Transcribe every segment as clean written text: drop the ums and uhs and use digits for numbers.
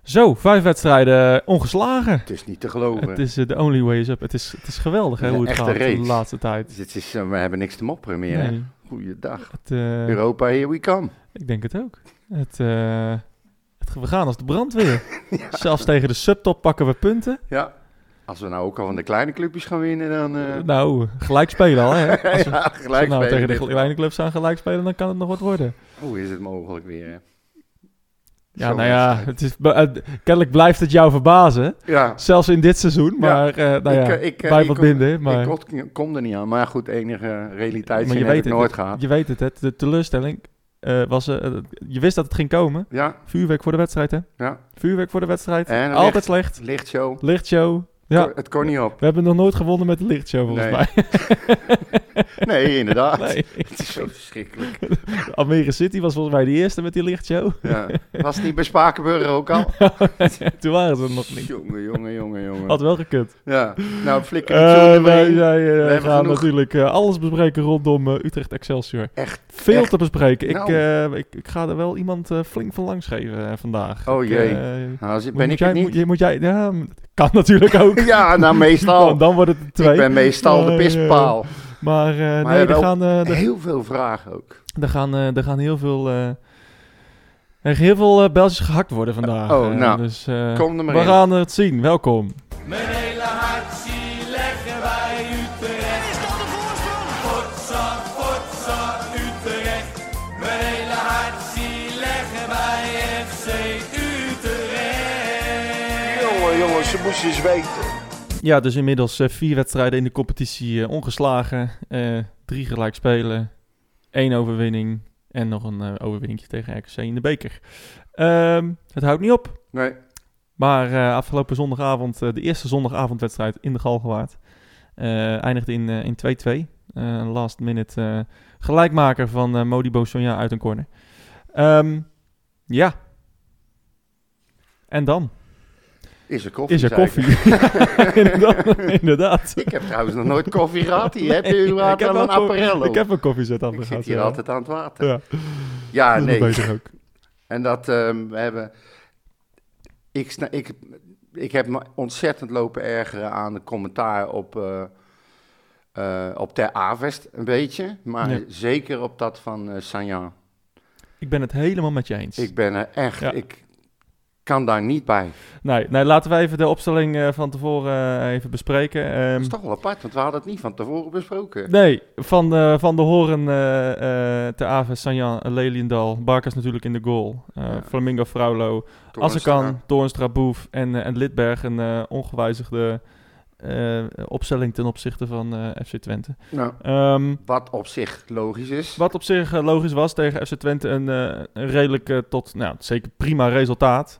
Zo, 5 wedstrijden ongeslagen. Het is niet te geloven. Het is the only way is up. Het is geweldig hè, hoe het gaat de laatste tijd. We hebben niks te mopperen meer. Nee. Hè? Goeiedag. Europa, here we come. Ik denk het ook. We gaan als de brandweer. Ja. Zelfs tegen de subtop pakken we punten. Ja. Als we nou ook al van de kleine clubjes gaan winnen, dan... Nou, gelijk spelen al, hè? Als we nou tegen de kleine clubs gaan gelijk spelen, dan kan het nog wat worden. Hoe is het mogelijk weer, hè? Ja, zo nou ja, kennelijk blijft het jou verbazen. Ja. Zelfs in dit seizoen, maar bij wat minder. Maar... Ik kom er niet aan, maar goed, enige realiteit heb ik nooit gehad. Je weet het, de teleurstelling was... je wist dat het ging komen. Ja. Vuurwerk voor de wedstrijd, hè? Ja. Vuurwerk voor de wedstrijd. Altijd slecht. Lichtshow. Ja. Het kon niet op. We hebben nog nooit gewonnen met de lichtshow, volgens mij. Nee, inderdaad. Nee. Het is zo verschrikkelijk. Almere City was volgens mij de eerste met die lichtshow. Ja. Was het niet bij Spakenburg ook al? Toen waren ze er nog niet. Jongen. Had wel gekund. Ja. Nou, flikker niet zo wij gaan natuurlijk alles bespreken rondom Utrecht Excelsior. Echt te bespreken. Ik ga er wel iemand flink van langs geven vandaag. Oh jee. Ben ik het niet? Moet jij... Ja, kan natuurlijk ook. Ja, nou meestal. Dan wordt het 2. Ik ben meestal de pispaal. Maar nee, er gaan... heel veel vragen ook. Er gaan heel veel... heel veel belletjes gehakt worden vandaag. Dus, kom er maar in. We gaan het zien. Welkom. Mijn hele hart leggen wij Utrecht. Is dat de voorsprong? Potsa, Utrecht. Mijn hele hart leggen wij FC Utrecht. Jongens, ze moesten eens weten. Ja, dus inmiddels 4 wedstrijden in de competitie ongeslagen. 3 gelijk spelen. 1 overwinning. En nog een overwinningje tegen RKC in de beker. Het houdt niet op. Nee. Maar afgelopen zondagavond, de eerste zondagavondwedstrijd in de Galgenwaard, eindigde in 2-2. Last minute gelijkmaker van Modibo Sonja uit een corner. Ja. En dan? Is er koffie? Inderdaad. Ik heb trouwens nog nooit koffie gehad. Heb je überhaupt wel een apparello? Ik heb een koffiezet aan gehad. Ik zit hier altijd aan het water. Ja, nee. Dat beter ook. En dat we hebben... Ik heb me ontzettend lopen ergeren aan de commentaar op Ter Avest een beetje. Maar zeker op dat van Sagnan. Ik ben het helemaal met je eens. Ik ben er echt... Ja. Ik kan daar niet bij. Nee, laten we even de opstelling van tevoren even bespreken. Dat is toch wel apart, want we hadden het niet van tevoren besproken. Nee, van de Horen, Ter Avest, Sagnan, Leliendal, Barkas natuurlijk in de goal. Flamingo, Fraulo, Assekan, Toornstra, Boef en Lidberg, een ongewijzigde opstelling ten opzichte van FC Twente. Nou, wat op zich logisch is. Wat op zich logisch was tegen FC Twente een redelijk tot, zeker prima resultaat.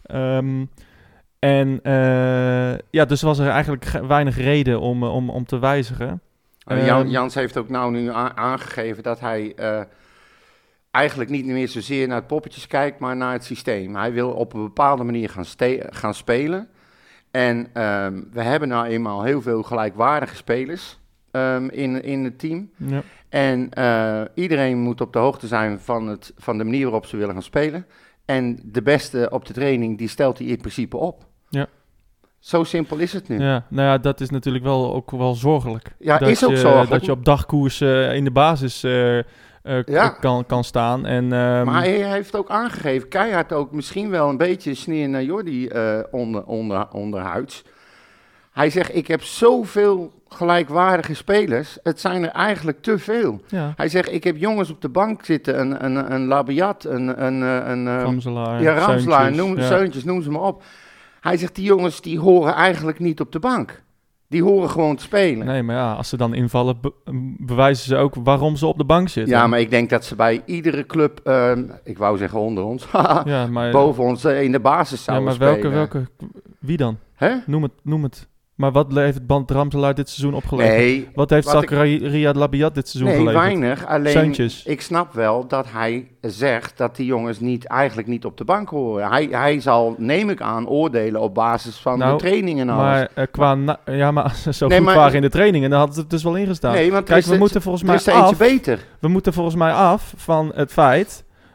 Dus was er eigenlijk weinig reden om te wijzigen. Jans heeft ook nu aangegeven dat hij eigenlijk niet meer zozeer naar het poppetjes kijkt, maar naar het systeem. Hij wil op een bepaalde manier gaan spelen. En we hebben nou eenmaal heel veel gelijkwaardige spelers in het team. Ja. En iedereen moet op de hoogte zijn van de manier waarop ze willen gaan spelen. En de beste op de training, die stelt hij in principe op. Ja. Zo simpel is het nu. Ja, nou ja, dat is natuurlijk ook wel zorgelijk. Ja, is ook zorgelijk. Dat je op dagkoers in de basis kan staan. En, maar hij heeft ook aangegeven, keihard ook misschien wel een beetje sneer naar Jordi onderhuids. Hij zegt, ik heb zoveel gelijkwaardige spelers. Het zijn er eigenlijk te veel. Ja. Hij zegt, ik heb jongens op de bank zitten. Een Labiat, een Ramselaar. Ja, Ramselaar, Seuntjes, noem ze maar op. Hij zegt, die jongens die horen eigenlijk niet op de bank. Die horen gewoon te spelen. Nee, maar ja, als ze dan invallen, bewijzen ze ook waarom ze op de bank zitten. Ja, maar ik denk dat ze bij iedere club, ik wou zeggen onder ons, boven ons in de basis zouden spelen. Welke, wie dan? Hè? Noem het. Maar wat heeft Band Ramselaar dit seizoen opgeleverd? Nee. Wat heeft Riyad Labiat dit seizoen geleverd? Nee, weinig. Alleen, Seuntjes. Ik snap wel dat hij zegt dat die jongens eigenlijk niet op de bank horen. Hij zal, neem ik aan, oordelen op basis van de trainingen en alles. Maar als ze zo goed waren in de trainingen, dan hadden ze het dus wel ingestaan. Nee, want kijk, we moeten volgens mij beter. We moeten volgens mij af van het feit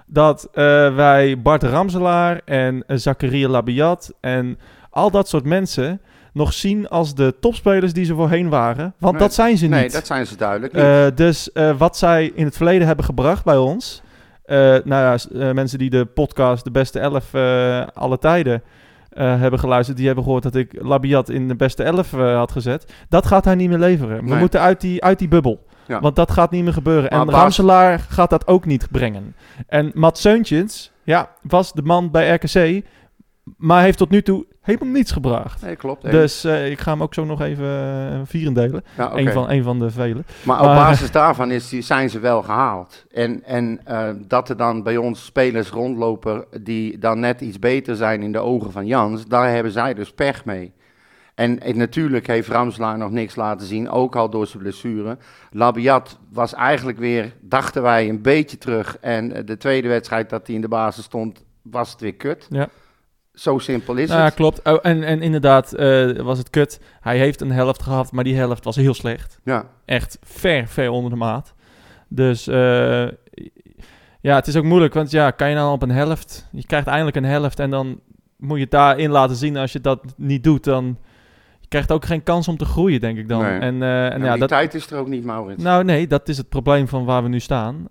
dat wij Bart Ramselaar en Zakaria Labiat en al dat soort mensen nog zien als de topspelers die ze voorheen waren. Want dat zijn ze niet. Nee, dat zijn ze duidelijk niet. Dus wat zij in het verleden hebben gebracht bij ons... mensen die de podcast De Beste 11 alle tijden hebben geluisterd... die hebben gehoord dat ik Labiat in de beste 11 had gezet. Dat gaat hij niet meer leveren. We moeten uit die bubbel. Ja. Want dat gaat niet meer gebeuren. Maar en Ramselaar gaat dat ook niet brengen. En Mats Seuntjens was de man bij RKC... maar heeft tot nu toe helemaal niets gebracht. Nee, klopt. Dus ik ga hem ook zo nog even vierendelen. Ja, okay. Een van de vele. Maar op basis daarvan zijn ze wel gehaald. En dat er dan bij ons spelers rondlopen... die dan net iets beter zijn in de ogen van Jans... daar hebben zij dus pech mee. En natuurlijk heeft Ramselaar nog niks laten zien, ook al door zijn blessure. Labiat was eigenlijk weer, dachten wij, een beetje terug. En de tweede wedstrijd dat hij in de basis stond, was het weer kut. Ja. Zo simpel is het. Ja, klopt. Oh, en inderdaad was het kut. Hij heeft een helft gehad, maar die helft was heel slecht. Ja. Echt ver onder de maat. Dus het is ook moeilijk, want kan je nou op een helft... Je krijgt eindelijk een helft en dan moet je het daarin laten zien. Als je dat niet doet, dan... krijgt ook geen kans om te groeien, denk ik dan. Nee. Die tijd is er ook niet, Maurits. Nou nee, dat is het probleem van waar we nu staan.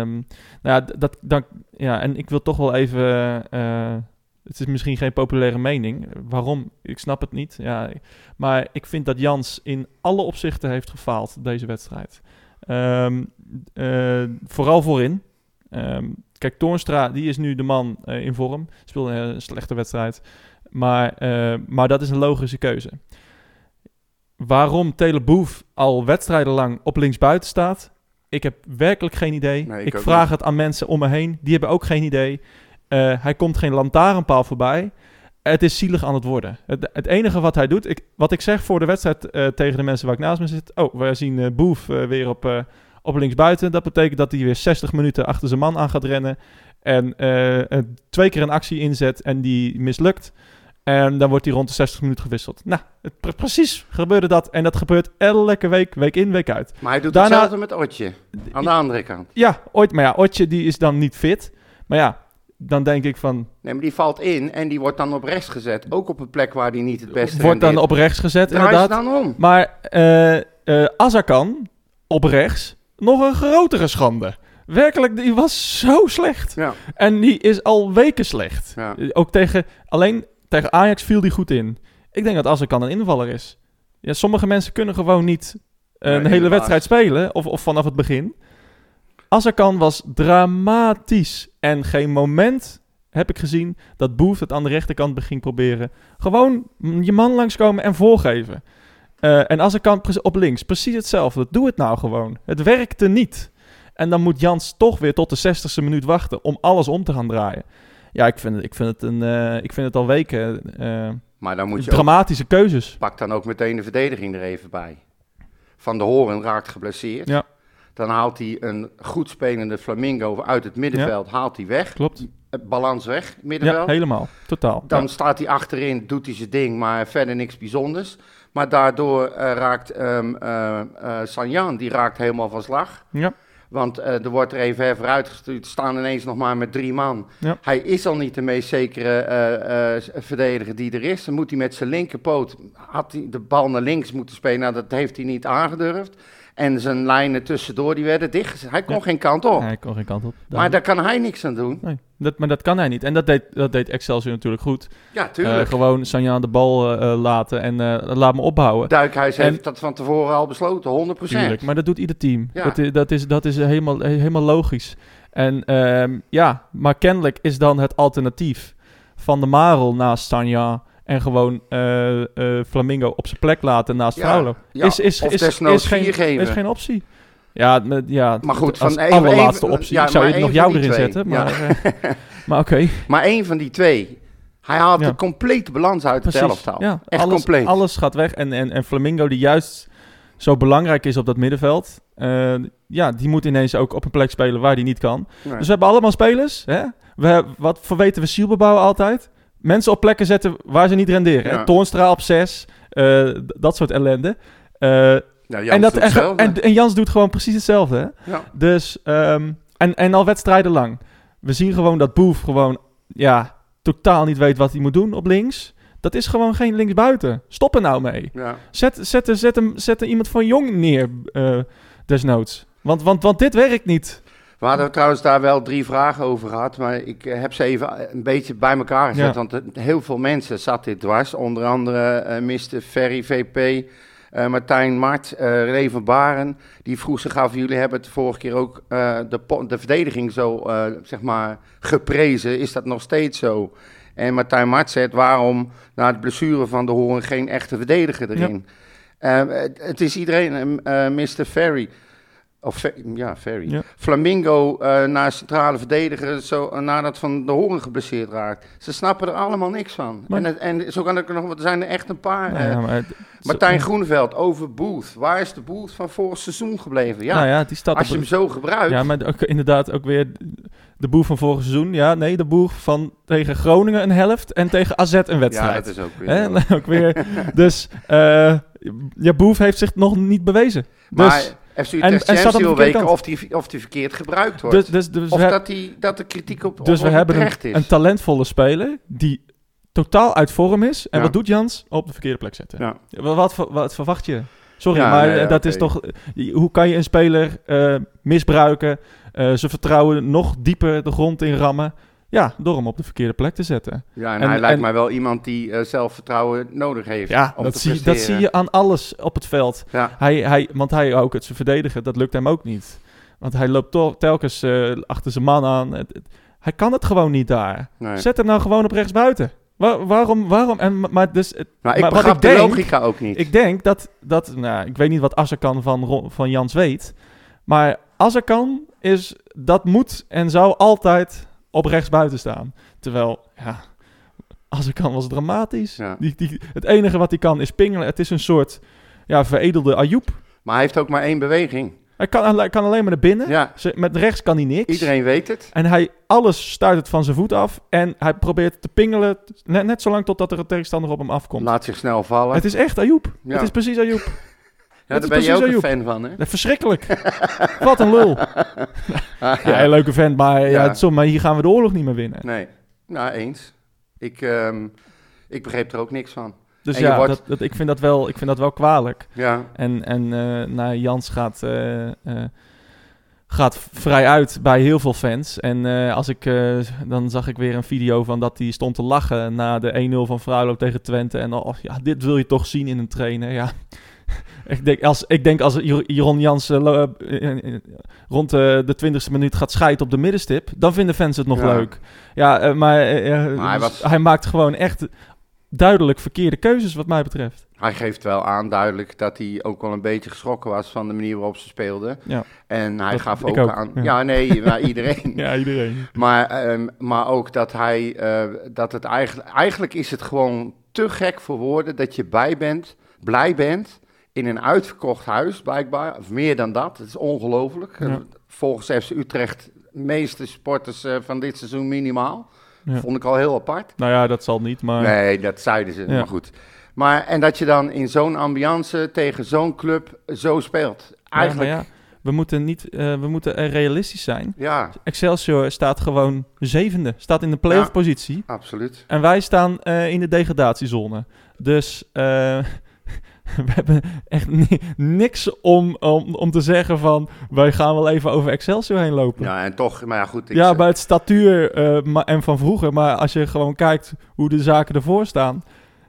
En ik wil toch wel even... het is misschien geen populaire mening. Waarom? Ik snap het niet. Ja, maar ik vind dat Jans in alle opzichten heeft gefaald, deze wedstrijd. Vooral voorin. Kijk, Toornstra, die is nu de man in vorm. Speelde een slechte wedstrijd. Maar dat is een logische keuze. Waarom Taylor Booth al wedstrijden lang op linksbuiten staat, ik heb werkelijk geen idee. Nee, ik vraag het aan mensen om me heen, die hebben ook geen idee. Hij komt geen lantaarnpaal voorbij. Het is zielig aan het worden. Het enige wat hij doet, wat ik zeg voor de wedstrijd tegen de mensen waar ik naast me zit. We zien Booth weer op linksbuiten. Dat betekent dat hij weer 60 minuten achter zijn man aan gaat rennen. En 2 keer een actie inzet en die mislukt. En dan wordt hij rond de 60 minuten gewisseld. Nou, precies gebeurde dat. En dat gebeurt elke week in, week uit. Maar hij doet hetzelfde met Otje, aan de andere kant. Ja, Otje die is dan niet fit. Maar ja, dan denk ik van... Nee, maar die valt in en die wordt dan op rechts gezet. Ook op een plek waar die niet het beste wordt dan op rechts gezet, inderdaad. Draai ze dan om. Maar Azarkan op rechts, nog een grotere schande. Werkelijk, die was zo slecht. Ja. En die is al weken slecht. Ja. Ook tegen Ajax viel die goed in. Ik denk dat Azarkan een invaller is. Ja, sommige mensen kunnen gewoon niet een hele wedstrijd spelen. Of vanaf het begin. Azarkan was dramatisch. En geen moment heb ik gezien dat Booth het aan de rechterkant ging proberen. Gewoon je man langskomen en voorgeven. En Azarkan op links, precies hetzelfde. Doe het nou gewoon. Het werkte niet. En dan moet Jans toch weer tot de 60ste minuut wachten om alles om te gaan draaien. Ja, ik vind het al weken maar dan moet je dramatische keuzes. Pak dan ook meteen de verdediging er even bij. Van der Hoorn raakt geblesseerd. Ja. Dan haalt hij een goed spelende Flamingo uit het middenveld, haalt hij weg. Klopt. Balans weg, middenveld. Ja, helemaal. Totaal. Dan staat hij achterin, doet hij zijn ding, maar verder niks bijzonders. Maar daardoor raakt Sanjan, die raakt helemaal van slag. Ja. Want er wordt er even vooruitgestuurd, staan ineens nog maar met 3 man. Ja. Hij is al niet de meest zekere verdediger die er is. Dan moet hij met zijn linkerpoot, had hij de bal naar links moeten spelen. Nou, dat heeft hij niet aangedurfd. En zijn lijnen tussendoor, die werden dicht. Hij kon geen kant op. Hij kon geen kant op. Maar daar kan hij niks aan doen. Nee, maar dat kan hij niet. En dat deed Excelsior natuurlijk goed. Ja, tuurlijk. Gewoon Sanjan de bal laten en laat me opbouwen. Duikhuis heeft dat van tevoren al besloten, 100%. Tuurlijk, maar dat doet ieder team. Ja. Dat is helemaal logisch. En maar kennelijk is dan het alternatief Van der Marel naast Sanjan en gewoon Flamingo op zijn plek laten naast Fraulo. Is geen optie. Ja, maar goed, als allerlaatste optie. Ik zou nog jou erin zetten. Maar oké. Maar één van die twee. Hij haalt de complete balans uit het elftal. Ja, echt compleet. Alles gaat weg. En Flamingo, die juist zo belangrijk is op dat middenveld. Die moet ineens ook op een plek spelen waar hij niet kan. Nee. Dus we hebben allemaal spelers. Hè? Wat verweten we Zielbebouwen altijd? Mensen op plekken zetten waar ze niet renderen. Ja. Toornstra op 6. Dat soort ellende. En Jans doet gewoon precies hetzelfde. Hè? Ja. Dus, en al wedstrijden lang. We zien gewoon dat Boef gewoon totaal niet weet wat hij moet doen op links. Dat is gewoon geen linksbuiten. Stop er nou mee. Ja. Zet er iemand van Jong neer, desnoods. Want dit werkt niet. We hadden trouwens daar wel 3 vragen over gehad, maar ik heb ze even een beetje bij elkaar gezet. Ja. Want heel veel mensen zat dit dwars. Onder andere Mr. Ferry VP, Martijn Mart, Reven Baren. Die vroeg zich af, jullie hebben het vorige keer ook de verdediging zo geprezen. Is dat nog steeds zo? En Martijn Mart zegt, waarom na de blessure van de Hoorn geen echte verdediger erin? Ja. Het is iedereen, Mr. Ferry. Ferry. Ja. Flamingo naar centrale verdediger nadat Van de Hoorn geblesseerd raakt. Ze snappen er allemaal niks van. Maar, en zo kan ik nog, er zijn er echt een paar. Martijn Groeneveld over Booth. Waar is de Booth van vorig seizoen gebleven? Ja, die staat als je hem zo gebruikt. Ja, maar inderdaad ook weer de Booth van vorig seizoen. Ja, nee, de Booth van tegen Groningen een helft en tegen AZ een wedstrijd. Ja, dat is ook weer. Ook weer. Dus Booth heeft zich nog niet bewezen. Maar FC Utrecht wil weten of die verkeerd gebruikt wordt. Dus dat de kritiek op Dus we hebben een talentvolle speler die totaal uit vorm is. En wat doet Jans? Op de verkeerde plek zetten. Ja. Wat verwacht je? Sorry, dat is toch... Hoe kan je een speler misbruiken, zijn vertrouwen nog dieper de grond in rammen? Ja, door hem op de verkeerde plek te zetten. Ja, en hij lijkt mij wel iemand die zelfvertrouwen nodig heeft. Ja, dat zie je aan alles op het veld. Ja. Want hij ook het verdedigen, dat lukt hem ook niet. Want hij loopt telkens achter zijn man aan. Hij kan het gewoon niet daar. Nee. Zet hem nou gewoon op rechtsbuiten. Waarom? Maar ik begrijp de logica ook niet. Ik denk dat ik weet niet wat Azarkan van Jans weet. Maar Azarkan dat moet en zou altijd op rechtsbuiten staan. Terwijl, Azarkan was dramatisch. Ja. Het enige wat hij kan is pingelen. Het is een soort veredelde Ayoub. Maar hij heeft ook maar 1 beweging. Hij kan alleen maar naar binnen. Ja. Met rechts kan hij niks. Iedereen weet het. En alles stuit het van zijn voet af. En hij probeert te pingelen net zolang totdat er een tegenstander op hem afkomt. Laat zich snel vallen. Het is echt Ayoub. Ja. Het is precies Ayoub. Ja, daar ben je ook een fan van, hè? Verschrikkelijk. Wat een lul. Ja, leuke vent, maar hier gaan we de oorlog niet meer winnen. Nee, eens. Ik begreep er ook niks van. Dus ik vind dat wel kwalijk. Ja. En Jans gaat vrij uit bij heel veel fans. En dan zag ik weer een video van dat hij stond te lachen na de 1-0 van Fraulo tegen Twente. En dit wil je toch zien in een trainer, ja. Ik denk als Jeroen Jans rond de 20e minuut gaat scheiden op de middenstip, dan vinden fans het nog leuk. Ja, maar hij maakt gewoon echt duidelijk verkeerde keuzes wat mij betreft. Hij geeft wel aan duidelijk dat hij ook wel een beetje geschrokken was van de manier waarop ze speelden. Ja. En hij gaf ook aan... Ja, iedereen. Ja, iedereen. Maar ook dat hij... dat het eigenlijk is het gewoon te gek voor woorden dat je blij bent in een uitverkocht huis, blijkbaar. Of meer dan dat. Het is ongelooflijk. Ja. Volgens FC Utrecht meeste sporters van dit seizoen minimaal. Ja. Vond ik al heel apart. Nou ja, dat zal niet, maar... Nee, dat zeiden ze, maar goed. En dat je dan in zo'n ambiance tegen zo'n club zo speelt. Eigenlijk... we moeten realistisch zijn. Ja. Excelsior staat gewoon 7e. Staat in de play-off positie. Absoluut. En wij staan in de degradatiezone. Dus... we hebben echt niks om te zeggen van... wij gaan wel even over Excelsior heen lopen. Ja, en toch, maar ja, goed... bij het statuur en van vroeger. Maar als je gewoon kijkt hoe de zaken ervoor staan...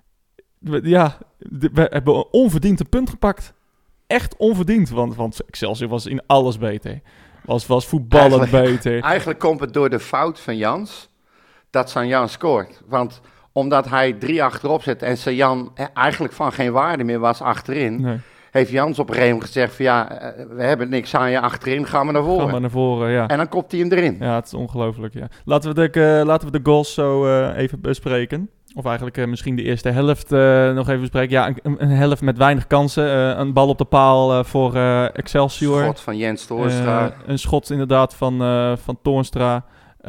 we hebben een onverdiend punt gepakt. Echt onverdiend, want Excelsior was in alles beter. Was voetballend beter. Eigenlijk komt het door de fout van Jans... dat Sanjan scoort, want... Omdat hij 3 achterop zet en Sanjan eigenlijk van geen waarde meer was achterin... Nee. Heeft Jans op een gegeven moment gezegd van we hebben niks aan je achterin, ga maar naar voren. Ga maar naar voren, ja. En dan kopt hij hem erin. Ja, het is ongelooflijk, ja. Laten we de goals zo even bespreken. Of eigenlijk misschien de eerste helft nog even bespreken. Ja, een helft met weinig kansen. Een bal op de paal voor Excelsior. Schot van Jens Toornstra. Een schot inderdaad van Toornstra.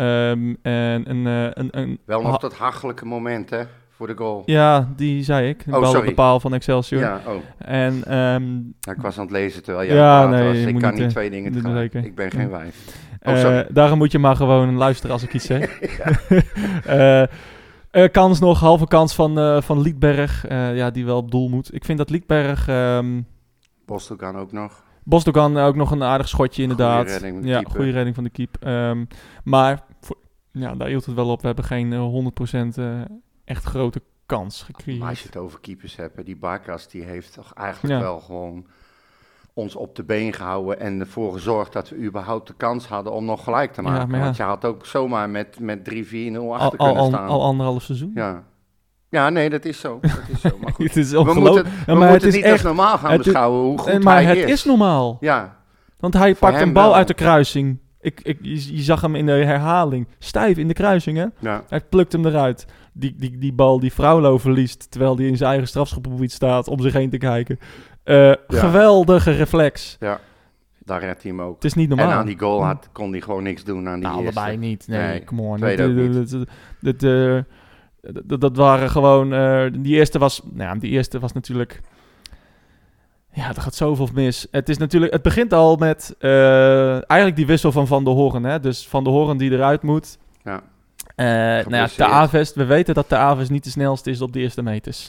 Wel nog dat hachelijke moment, hè, voor de goal. Ja, die zei ik. Een bal op de paal van Excelsior. Ja, ik was aan het lezen terwijl jij praat was. Ik kan niet 2 dingen tegelijk. Ik ben geen wijf. Daarom moet je maar gewoon luisteren als ik iets zeg. Kans nog, halve kans van Liedberg, die wel op doel moet. Ik vind dat Liedberg... Bosdogan ook nog. Bosdogan ook nog een aardig schotje inderdaad. Goede redding van de keep. Maar daar hield het wel op. We hebben geen 100% echt grote kans gecreëerd. Maar als je het over keepers hebt, die Barkas die heeft toch eigenlijk wel gewoon ons op de been gehouden en ervoor gezorgd dat we überhaupt de kans hadden om nog gelijk te maken. Want je had ook zomaar met 3-4-0 achter kunnen staan. Al anderhalf seizoen? Ja, nee, dat is zo. Maar goed. Het is we moeten het niet als normaal gaan beschouwen hoe goed maar hij het is normaal. Ja. Want hij pakt een bal uit de kruising. Je zag hem in de herhaling. Stijf in de kruising, hè? Ja. Hij plukt hem eruit. Die bal die Fraulo verliest, terwijl hij in zijn eigen strafschopgebied staat om zich heen te kijken. Geweldige reflex. Ja, daar redt hij hem ook. Het is niet normaal. En aan die goal kon hij gewoon niks doen aan die eerste. Allebei niet. Nee, come on. Dat waren gewoon... Die eerste was natuurlijk... Ja, er gaat zoveel mis. Het begint al met eigenlijk die wissel van der Hoorn. Hè? Dus Van der Hoorn die eruit moet. Ja. De Avest, we weten dat de Avest niet de snelste is op de eerste meters.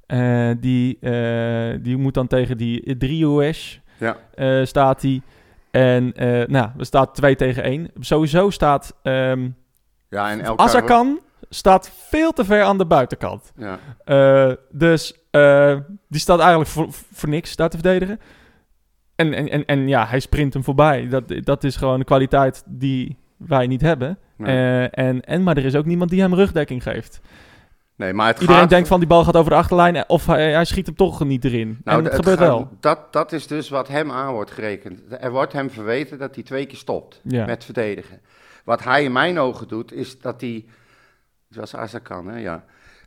Die moet dan tegen die Drioesh staat hij. En we staan 2-1. Sowieso staat Azarkan staat veel te ver aan de buitenkant. Ja. Dus die staat eigenlijk voor niks daar te verdedigen. En hij sprint hem voorbij. Dat is gewoon de kwaliteit die wij niet hebben. Nee. Maar er is ook niemand die hem rugdekking geeft. Nee, maar iedereen denkt van die bal gaat over de achterlijn of hij schiet hem toch niet erin. En het gebeurt wel. Dat is dus wat hem aan wordt gerekend. Er wordt hem verweten dat hij 2 keer stopt met verdedigen. Wat hij in mijn ogen doet, is dat hij... Het was Azarkan, hè? Ja.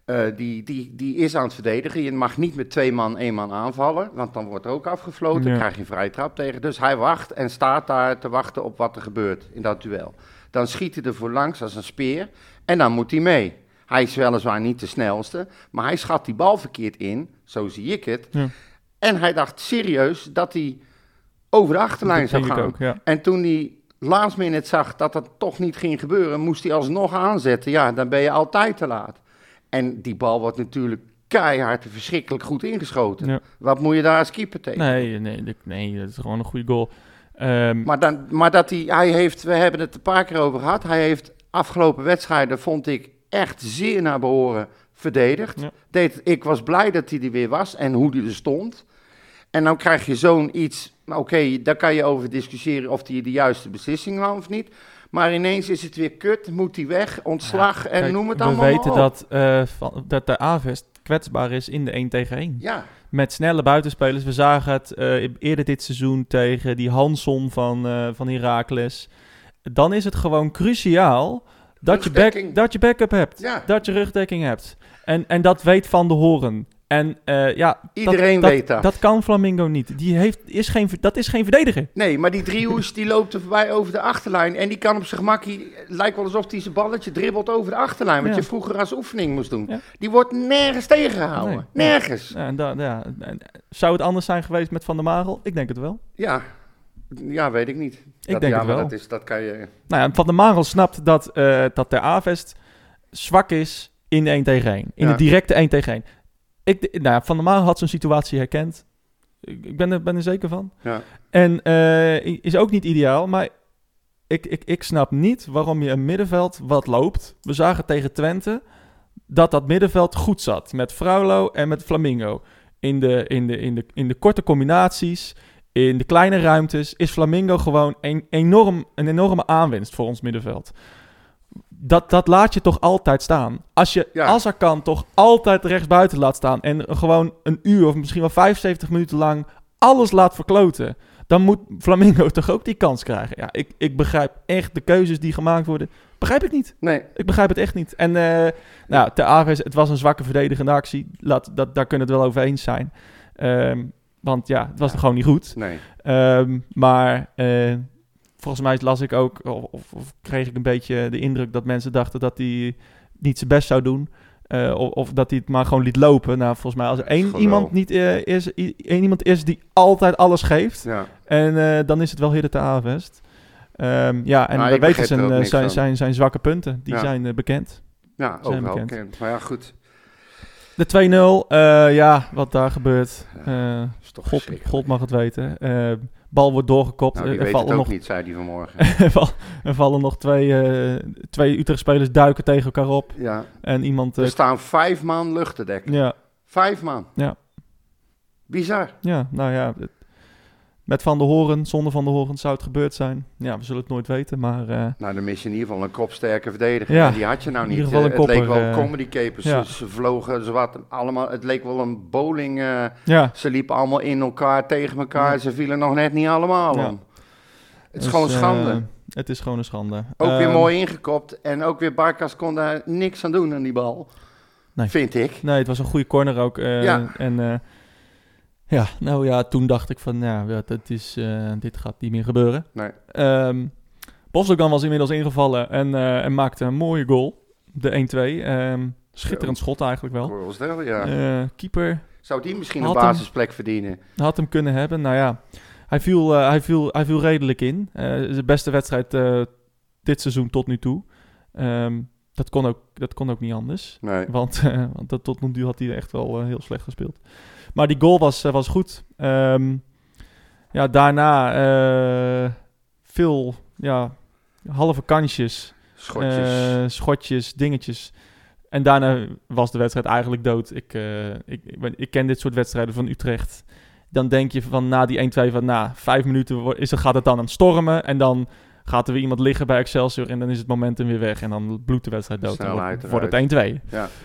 Die is aan het verdedigen. Je mag niet met 2 man, 1 man aanvallen, want dan wordt er ook afgefloten. Dan krijg je een vrije trap tegen. Dus hij wacht en staat daar te wachten op wat er gebeurt in dat duel. Dan schiet hij er voorlangs als een speer en dan moet hij mee. Hij is weliswaar niet de snelste, maar hij schat die bal verkeerd in, zo zie ik het. Ja. En hij dacht serieus dat hij over de achterlijn zou gaan. Ook, ja. En toen hij last minute zag dat dat toch niet ging gebeuren, moest hij alsnog aanzetten. Ja, dan ben je altijd te laat. En die bal wordt natuurlijk keihard en verschrikkelijk goed ingeschoten. Ja. Wat moet je daar als keeper tegen? Nee, dat is gewoon een goede goal. Maar dat hij heeft, we hebben het een paar keer over gehad, hij heeft afgelopen wedstrijden, vond ik, echt zeer naar behoren verdedigd. Ja. Ik was blij dat hij er weer was en hoe hij er stond. En dan krijg je zo'n iets, oké, daar kan je over discussiëren of hij de juiste beslissing nam of niet. Maar ineens is het weer kut, moet hij weg, ontslag en noem het allemaal. We weten dat de Avest kwetsbaar is in de 1-tegen-1. Ja. Met snelle buitenspelers. We zagen het eerder dit seizoen tegen die Hansson van Heracles. Dan is het gewoon cruciaal dat je backup hebt. Ja. Dat je rugdekking hebt. En dat weet Van der Hoorn. En iedereen weet dat. Dat kan Flamingo niet. Dat is geen verdediger. Nee, maar die Driehoes die loopt er voorbij over de achterlijn. En die kan op zijn gemak, lijkt wel alsof hij zijn balletje dribbelt over de achterlijn. Wat je vroeger als oefening moest doen. Ja. Die wordt nergens tegengehouden. Nee. Nergens. Zou het anders zijn geweest met Van der Marel? Ik denk het wel. Ja, weet ik niet. Ik denk het wel. Dat kan je... Van der Marel snapt dat de Avest zwak is in de 1-tegen-1. In de directe 1-tegen-1. Van der Marel had zo'n situatie herkend. Ik ben er zeker van. Ja. En is ook niet ideaal, maar ik snap niet waarom je een middenveld wat loopt. We zagen tegen Twente dat middenveld goed zat. Met Fraulo en met Flamingo. In de korte combinaties, in de kleine ruimtes, is Flamingo gewoon een enorme aanwinst voor ons middenveld. Dat laat je toch altijd staan. Als er kan, toch altijd rechtsbuiten laat staan en gewoon een uur of misschien wel 75 minuten lang alles laat verkloten, dan moet Flamingo toch ook die kans krijgen. Ja, ik begrijp echt de keuzes die gemaakt worden. Begrijp ik niet. Nee. Ik begrijp het echt niet. En Ter Aves, het was een zwakke verdedigende actie. Daar kunnen we het wel over eens zijn. Want het was gewoon niet goed. Nee. Maar volgens mij las ik ook, of kreeg ik een beetje de indruk dat mensen dachten dat hij niet zijn best zou doen. Of dat hij het maar gewoon liet lopen. Nou, volgens mij als er één iemand is die altijd alles geeft. Ja. En dan is het wel Hidde Ter Avest. En Nou, we ik weten begreep er ook niks van. zijn zwakke punten. Die Ja. zijn bekend. Ja, Zijn ook wel bekend. bekend. Maar ja, goed. De 2-0, wat daar gebeurt. Is toch verschrikkelijk. God mag het weten. Bal wordt doorgekopt. Nou, die weet het ook niet, zei hij vanmorgen. Er vallen nog twee Utrecht-spelers duiken tegen elkaar op. Ja. En iemand... Er staan 5 man luchtendek. ja, 5 man. Ja. Bizar. ja, nou ja... Met Van der Hoorn, zonder Van der Hoorn zou het gebeurd zijn. Ja, we zullen het nooit weten, maar... Nou, dan mis je in ieder geval een kopsterke verdediger. Ja, En die had je nou in niet. ieder geval een Het leek kopper, wel comedy capers. ja. Ze vlogen zwart allemaal. Het leek wel een bowling. ja, Ze liepen allemaal in elkaar, tegen elkaar. Ja. Ze vielen nog net niet allemaal Ja. om. Het is gewoon schande. Het is gewoon een schande. Ook weer mooi ingekopt. En ook weer Barkas kon daar niks aan doen aan die bal. Nee. Vind ik. Nee, het was een goede corner ook. Ja. En toen dacht ik van, dit gaat niet meer gebeuren. Nee. Bosdogan was inmiddels ingevallen en maakte een mooie goal. De 1-2. Schitterend schot eigenlijk wel. Voorstel, ja. Keeper Zou die misschien had een hem. basisplek verdienen? had hem kunnen hebben. Nou ja, hij viel redelijk in. Zijn beste wedstrijd dit seizoen tot nu toe. Dat kon ook niet anders. Nee. Want tot nu toe had hij echt wel heel slecht gespeeld. Maar die goal was goed. Daarna veel halve kansjes. Schotjes, dingetjes. En daarna was de wedstrijd eigenlijk dood. Ik ken dit soort wedstrijden van Utrecht. Dan denk je van na die 1-2 van na 5 minuten gaat het dan aan het stormen. En dan gaat er weer iemand liggen bij Excelsior en dan is het momentum weer weg. En dan bloedt de wedstrijd dood. Snelheid Voor het 1-2. Ja.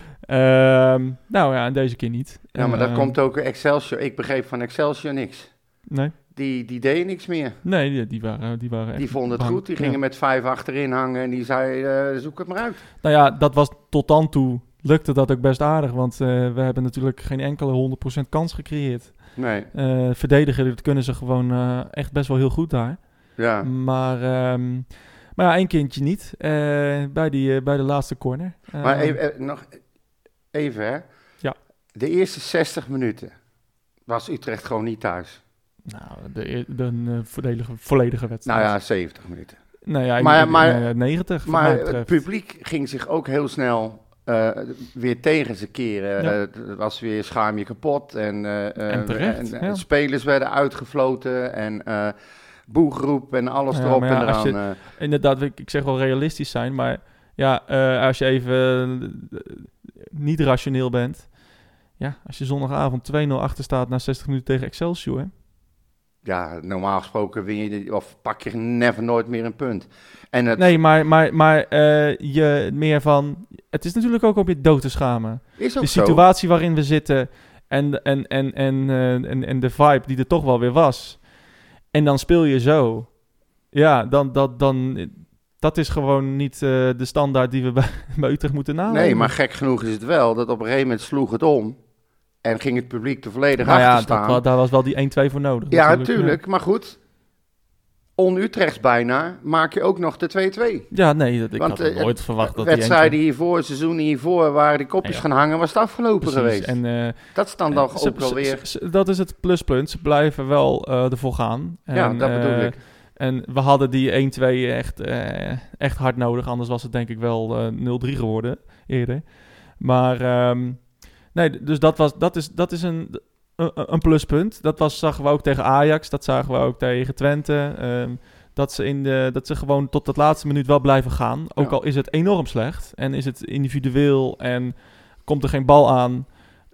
En deze keer niet. Ja, maar dat komt ook Excelsior. Ik begreep van Excelsior niks. Nee? Die deden niks meer. Nee, die waren echt Die vonden het bang. goed. Die gingen met 5 achterin hangen en die zei, zoek het maar uit. Nou ja, dat was tot dan toe lukte dat ook best aardig. Want we hebben natuurlijk geen enkele 100% kans gecreëerd. Nee. Verdedigen, dat kunnen ze gewoon echt best wel heel goed daar. Ja. Maar ja, 1 kindje niet. Bij de laatste corner. Maar nog even, hè. Ja. De eerste 60 minuten was Utrecht gewoon niet thuis. Nou, de volledige wedstrijd. Nou ja, 70 minuten. Nou ja, Maar 90. Maar het publiek ging zich ook heel snel weer tegen ze keren. Ja. Het was weer schaam je kapot. En terecht, en ja. spelers werden uitgefloten. En boegeroep en alles Ja, erop maar en ja, eraan. Inderdaad, ik zeg wel realistisch zijn. Maar ja, als je even niet rationeel bent. Ja, als je zondagavond 2-0 achter staat na 60 minuten tegen Excelsior. Hè? Ja, normaal gesproken win je of pak je nooit meer een punt. En het Nee, maar je meer van... Het is natuurlijk ook om je dood te schamen. is ook De zo. situatie waarin we zitten en de vibe die er toch wel weer was. En dan speel je zo. Ja, dan dat is gewoon niet de standaard die we bij Utrecht moeten naleven. Nee, maar gek genoeg is het wel dat op een gegeven moment sloeg het om. En ging het publiek er volledig Nou achter ja, staan. daar was wel die 1-2 voor nodig. Ja, natuurlijk. Maar goed, on-Utrechts bijna maak je ook nog de 2-2. Ja, nee, ik Want, had nooit verwacht dat wedstrijden die 1-2... hiervoor, seizoenen hiervoor, waar de kopjes Ja. gaan hangen, was het afgelopen Precies. geweest. En Dat is dan toch ook wel weer... dat is het pluspunt. Ze blijven wel ervoor gaan. Ja, En, dat bedoel ik. En we hadden die 1-2 echt hard nodig. Anders was het denk ik wel 0-3 geworden eerder. Maar nee, dus dat is een pluspunt. Zagen we ook tegen Ajax. Dat zagen we ook tegen Twente. Dat ze gewoon tot het laatste minuut wel blijven gaan. Ook Ja. al is het enorm slecht. En is het individueel. En komt er geen bal aan.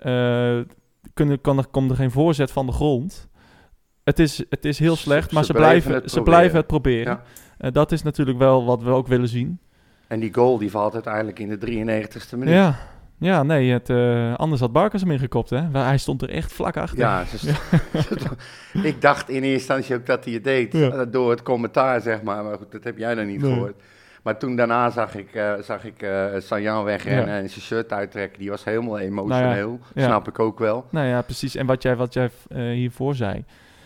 Komt er geen voorzet van de grond. Het is heel slecht. Maar ze blijven het proberen. Ja. Dat is natuurlijk wel wat we ook willen zien. En die goal die valt uiteindelijk in de 93ste minuut. Ja, nee, anders had Barkas hem ingekopt, hè? Hij stond er echt vlak achter. Ja, ik dacht in eerste instantie ook dat hij het deed. Ja. Door het commentaar, zeg maar. Maar goed, dat heb jij dan niet Nee. gehoord. Maar toen daarna zag ik Sanjan wegrennen en zijn shirt uittrekken. Die was helemaal emotioneel. Nou ja. Snap ik ook wel. Nou ja, precies. En wat jij hiervoor zei.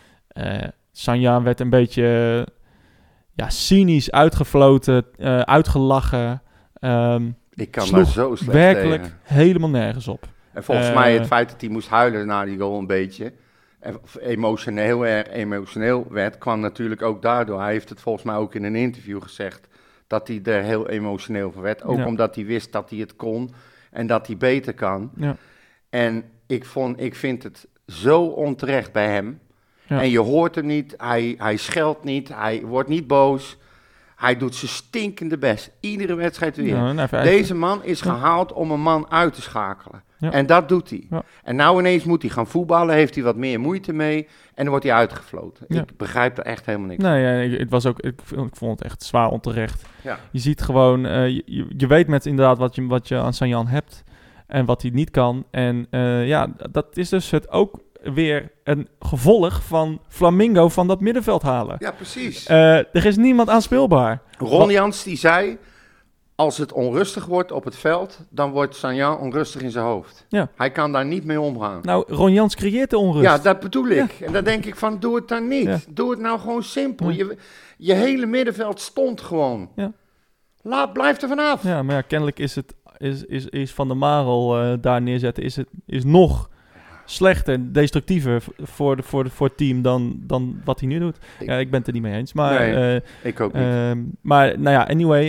Sanjaan werd een beetje cynisch uitgefloten, uitgelachen. Ik kan Sloeg daar zo slecht werkelijk tegen. helemaal nergens op. En volgens mij het feit dat hij moest huilen na die goal een beetje. emotioneel werd, kwam natuurlijk ook daardoor. Hij heeft het volgens mij ook in een interview gezegd, dat hij er heel emotioneel van werd. Ook omdat hij wist dat hij het kon en dat hij beter kan. Ja. En ik vind het zo onterecht bij hem. Ja. En je hoort hem niet, hij scheldt niet, hij wordt niet boos. Hij doet zijn stinkende best. Iedere wedstrijd weer. Ja, deze man is gehaald om een man uit te schakelen. Ja. En dat doet hij. Ja. En nou ineens moet hij gaan voetballen, heeft hij wat meer moeite mee en dan wordt hij uitgefloten. Ja. Ik begrijp er echt helemaal niks van. Nee, ik vond het echt zwaar onterecht. Ja. Je ziet gewoon, je weet met inderdaad wat je aan Sanjan hebt en wat hij niet kan. En dat is dus het ook weer een gevolg van Flamingo van dat middenveld halen. Ja, precies. Er is niemand aanspeelbaar. Ron Jans die zei, als het onrustig wordt op het veld, dan wordt Sanjan onrustig in zijn hoofd. Ja. Hij kan daar niet mee omgaan. Nou, Ron Jans creëert de onrust. Ja, dat bedoel ik. Ja. En dan denk ik van, doe het dan niet. Ja. Doe het nou gewoon simpel. Ja. Je hele middenveld stond gewoon. Ja. Blijf er vanaf. Ja, maar ja, kennelijk is Van der Marel daar neerzetten, is nog slechter, destructiever voor het team dan wat hij nu doet. Ja, ik ben het er niet mee eens. Maar, nee, ik ook niet. Maar nou ja, anyway.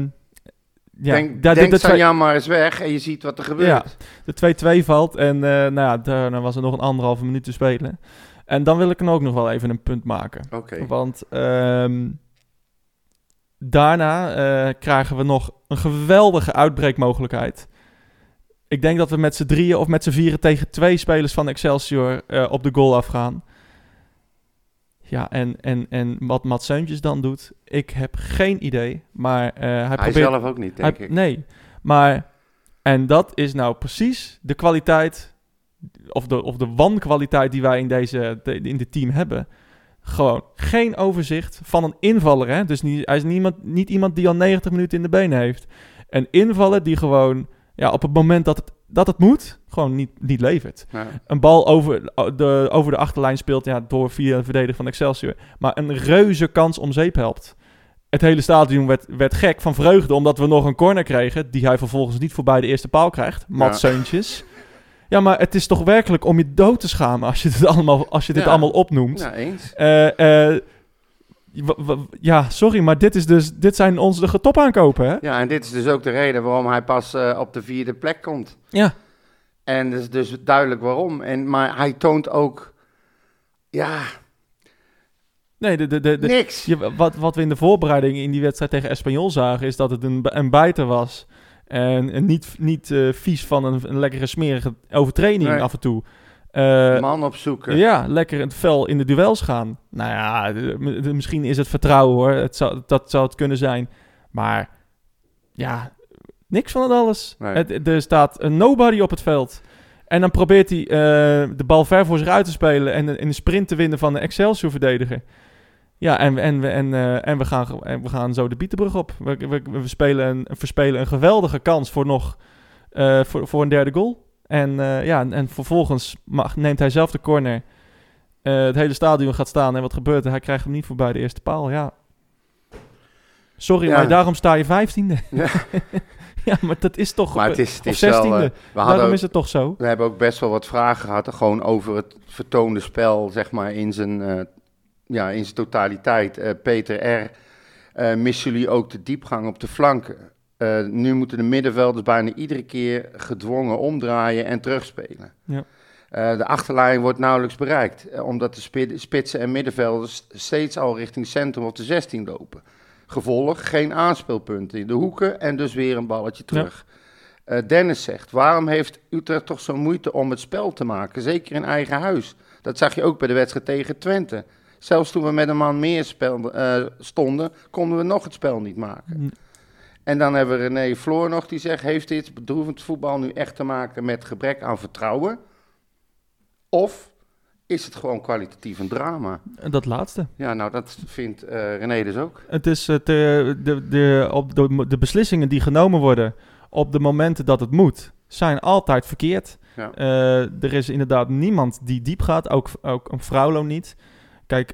Denk Sanjan maar eens weg en je ziet wat er gebeurt. Ja, de 2-2 valt en daarna was er nog 1,5 minuut te spelen. En dan wil ik ook nog wel even een punt maken. Okay. Want daarna krijgen we nog een geweldige uitbreekmogelijkheid. Ik denk dat we met z'n 3 of met z'n 4 tegen 2 spelers van Excelsior op de goal afgaan. Ja, en wat Mats Seuntjes dan doet, ik heb geen idee. Maar hij probeert... zelf ook niet, denk ik. Nee, maar... En dat is nou precies de kwaliteit... Of de wankwaliteit die wij in dit team hebben. Gewoon geen overzicht van een invaller. Hè? Dus hij is niet iemand die al 90 minuten in de benen heeft. Een invaller die gewoon... Ja, op het moment dat het moet, gewoon niet levert. Ja. Een bal over de achterlijn speelt via de verdediger van Excelsior. Maar een reuze kans om zeep helpt. Het hele stadion werd gek van vreugde, omdat we nog een corner kregen, die hij vervolgens niet voorbij de eerste paal krijgt. Mats Seuntjes. Ja, maar het is toch werkelijk om je dood te schamen als je dit allemaal opnoemt. Ja, eens. Ja, sorry, maar dit zijn onze topaankopen, hè? Ja, en dit is dus ook de reden waarom hij pas op de 4e plek komt. Ja. En dat is dus duidelijk waarom. Maar hij toont ook, nee, niks. Wat we in de voorbereiding in die wedstrijd tegen Espanyol zagen, is dat het een bijter was. En niet vies van een lekkere smerige overtraining af en toe. Man opzoeken. Ja, lekker het fel in de duels gaan. Nou ja, misschien is het vertrouwen hoor. Dat zou het kunnen zijn. Maar ja, niks van het alles. Nee. Er staat een nobody op het veld. En dan probeert hij de bal ver voor zich uit te spelen en in de sprint te winnen van de Excelsior-verdediger. Ja, en we gaan zo de Bietenbrug op. We verspelen een geweldige kans voor een derde goal. En vervolgens neemt hij zelf de corner. Het hele stadion gaat staan. En wat gebeurt er? Hij krijgt hem niet voorbij de eerste paal. Ja. Sorry, maar daarom sta je 15e. Ja. Ja, maar dat is toch... Maar het is 16e. Wel, daarom is het toch zo? We hebben ook best wel wat vragen gehad. Gewoon over het vertoonde spel, zeg maar, in zijn totaliteit. Peter R. Missen jullie ook de diepgang op de flanken? Nu moeten de middenvelders bijna iedere keer gedwongen omdraaien en terugspelen. Ja. De achterlijn wordt nauwelijks bereikt, omdat de spitsen en middenvelders steeds al richting centrum of de 16 lopen. Gevolg, geen aanspeelpunten in de hoeken en dus weer een balletje terug. Ja. Dennis zegt, waarom heeft Utrecht toch zo moeite om het spel te maken, zeker in eigen huis? Dat zag je ook bij de wedstrijd tegen Twente. Zelfs toen we met een man meer stonden, konden we nog het spel niet maken. En dan hebben we René Floor nog, die zegt, heeft dit bedroevend voetbal nu echt te maken met gebrek aan vertrouwen? Of is het gewoon kwalitatief een drama? Dat laatste. Ja, nou dat vindt René dus ook. Het is de beslissingen die genomen worden op de momenten dat het moet, zijn altijd verkeerd. Ja. Er is inderdaad niemand die diep gaat, ook een Fraulo niet. Kijk,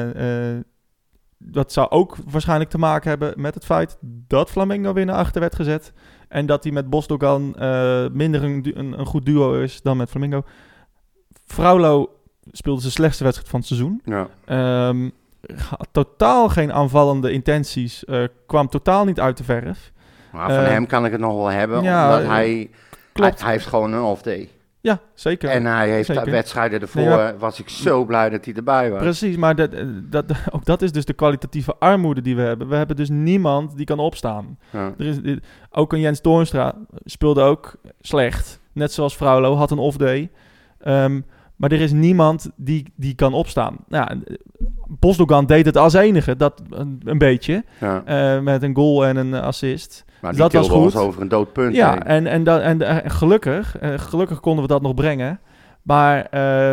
dat zou ook waarschijnlijk te maken hebben met het feit dat Flamingo weer naar achter werd gezet. En dat hij met Bosdogan minder een goed duo is dan met Flamingo. Fraulo speelde zijn slechtste wedstrijd van het seizoen. Ja. Had totaal geen aanvallende intenties. Kwam totaal niet uit de verf. Maar van hem kan ik het nog wel hebben, omdat hij heeft gewoon een off-day. Ja, zeker. En hij heeft wedstrijden ervoor, was ik zo blij dat hij erbij was. Precies, maar ook dat is dus de kwalitatieve armoede die we hebben. We hebben dus niemand die kan opstaan. Ja. Ook een Jens Toornstra speelde ook slecht. Net zoals Fraulo, had een off-day. Maar er is niemand die kan opstaan. Nou, Bosdogan deed het als enige, dat een beetje. Ja. Met een goal en een assist. Maar die dat was goed. Ons over een dood punt. Ja, en gelukkig konden we dat nog brengen. Maar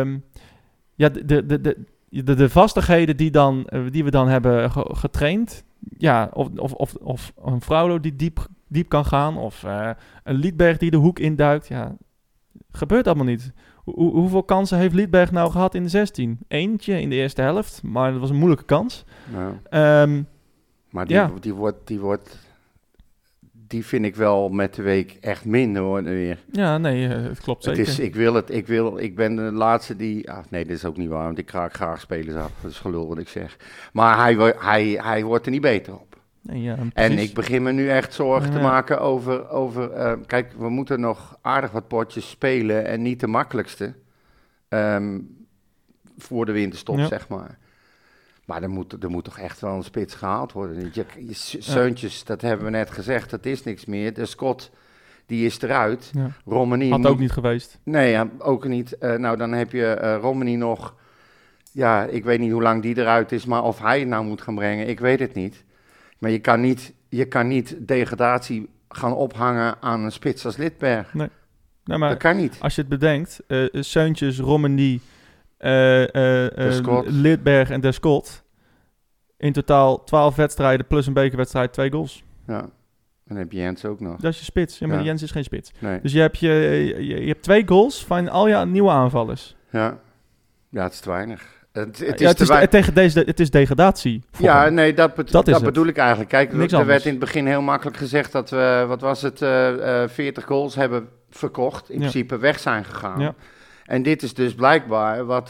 de vastigheden die we dan hebben getraind... Ja, of een Fraulo die diep kan gaan... of een Liedberg die de hoek induikt. Ja, gebeurt allemaal niet. Hoeveel kansen heeft Liedberg nou gehad in de 16? Eentje in de eerste helft, maar dat was een moeilijke kans. Ja. Maar die vind ik wel met de week echt minder worden weer. Ja, nee, het klopt zeker. Ik ben de laatste die... nee, dit is ook niet waar, want ik raak graag spelers af. Dat is gelul wat ik zeg. Maar hij wordt er niet beter op. Nee, ja, en ik begin me nu echt zorgen te maken over kijk, we moeten nog aardig wat potjes spelen en niet de makkelijkste voor de winterstop, zeg maar. Maar er moet toch echt wel een spits gehaald worden. Seuntjes, dat hebben we net gezegd, dat is niks meer. De Scott, die is eruit. Ja. Romani had ook niet geweest. Nee, ook niet. Nou, dan heb je Romani nog... Ja, ik weet niet hoe lang die eruit is, maar of hij het nou moet gaan brengen, ik weet het niet. Maar je kan niet degradatie gaan ophangen aan een spits als Liedberg. Nee, maar dat kan niet. Als je het bedenkt, Seuntjes, Romani, Liedberg en Descott. In totaal 12 wedstrijden plus een bekerwedstrijd, 2 goals. Ja, dan heb je Jens ook nog. Dat is je spits. Ja, maar Jens is geen spits. Nee. Dus je hebt 2 goals van al je nieuwe aanvallers. Ja, het is te weinig. Het is degradatie. Ja, nee, dat bedoel ik eigenlijk. Kijk, er werd in het begin heel makkelijk gezegd dat we, 40 goals hebben verkocht. In principe weg zijn gegaan. Ja. En dit is dus blijkbaar wat,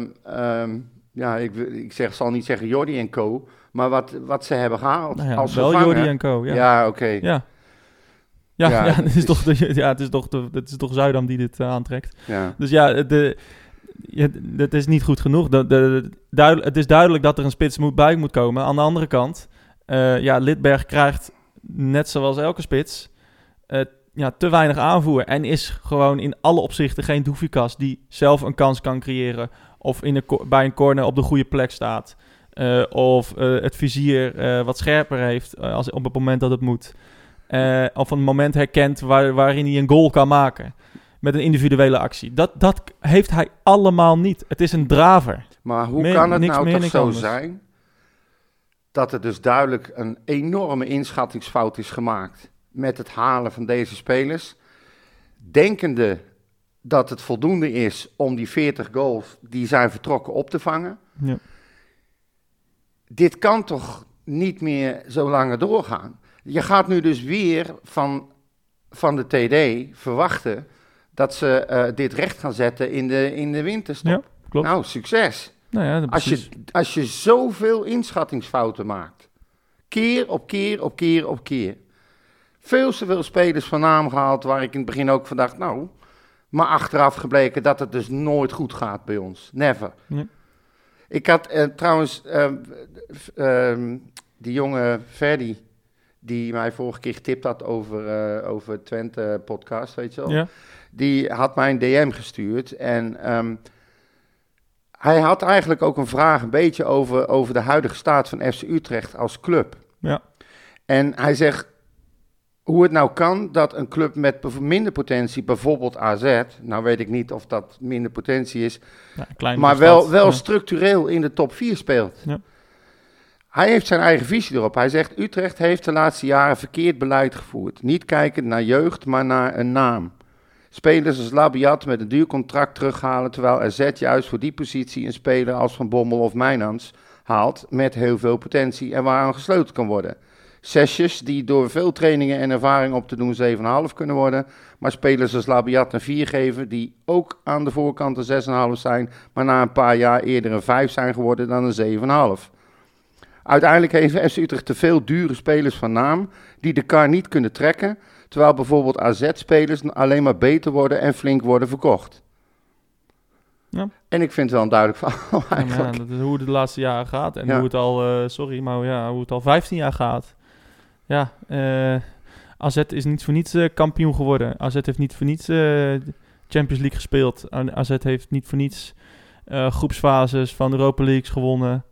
ik zal niet zeggen Jordi en co, maar wat ze hebben gehaald als vervanger. Wel Jordi en co, ja. Ja, oké. Ja, het is toch Zuidam die dit aantrekt. Ja. Dus het is niet goed genoeg. Het is duidelijk dat er een spits bij moet komen. Aan de andere kant, Liedberg krijgt, net zoals elke spits, te weinig aanvoer. En is gewoon in alle opzichten geen Doufikas die zelf een kans kan creëren. Of bij een corner op de goede plek staat. Of het vizier wat scherper heeft op het moment dat het moet. Of een moment herkent waarin hij een goal kan maken. Met een individuele actie. Dat heeft hij allemaal niet. Het is een draver. Maar hoe kan het nou toch zo zijn dat er dus duidelijk een enorme inschattingsfout is gemaakt met het halen van deze spelers, denkende dat het voldoende is om die 40 goals die zijn vertrokken op te vangen? Ja. Dit kan toch niet meer zo langer doorgaan? Je gaat nu dus weer van de TD verwachten dat ze dit recht gaan zetten in de winterstop. Ja, klopt. Nou, succes. Nou ja, als je zoveel inschattingsfouten maakt, keer op keer op keer op keer. Veel zoveel spelers van naam gehaald waar ik in het begin ook van dacht, nou, maar achteraf gebleken dat het dus nooit goed gaat bij ons. Never. Ja. Ik had trouwens die jonge Ferdi, die mij vorige keer getipt had over Twente podcast, weet je wel. Ja. Die had mij een DM gestuurd en hij had eigenlijk ook een vraag een beetje over de huidige staat van FC Utrecht als club. Ja. En hij zegt hoe het nou kan dat een club met minder potentie, bijvoorbeeld AZ, nou weet ik niet of dat minder potentie is, maar wel structureel in de top 4 speelt. Ja. Hij heeft zijn eigen visie erop. Hij zegt, Utrecht heeft de laatste jaren verkeerd beleid gevoerd. Niet kijkend naar jeugd, maar naar een naam. Spelers als Labiat met een duur contract terughalen, terwijl AZ juist voor die positie een speler als Van Bommel of Mijnans haalt met heel veel potentie en waaraan gesloten kan worden. zesjes die door veel trainingen en ervaring op te doen 7,5 kunnen worden. Maar spelers als Labiat een 4 geven, die ook aan de voorkant een 6,5 zijn, maar na een paar jaar eerder een 5 zijn geworden dan een 7,5. Uiteindelijk heeft FC Utrecht te veel dure spelers van naam die de kar niet kunnen trekken, terwijl bijvoorbeeld AZ-spelers alleen maar beter worden en flink worden verkocht. Ja. En ik vind het wel een duidelijk verhaal eigenlijk. Ja, dat is hoe het de laatste jaren gaat. En hoe het al, hoe het al 15 jaar gaat. Ja, AZ is niet voor niets kampioen geworden. AZ heeft niet voor niets Champions League gespeeld. AZ heeft niet voor niets groepsfases van Europa Leagues gewonnen.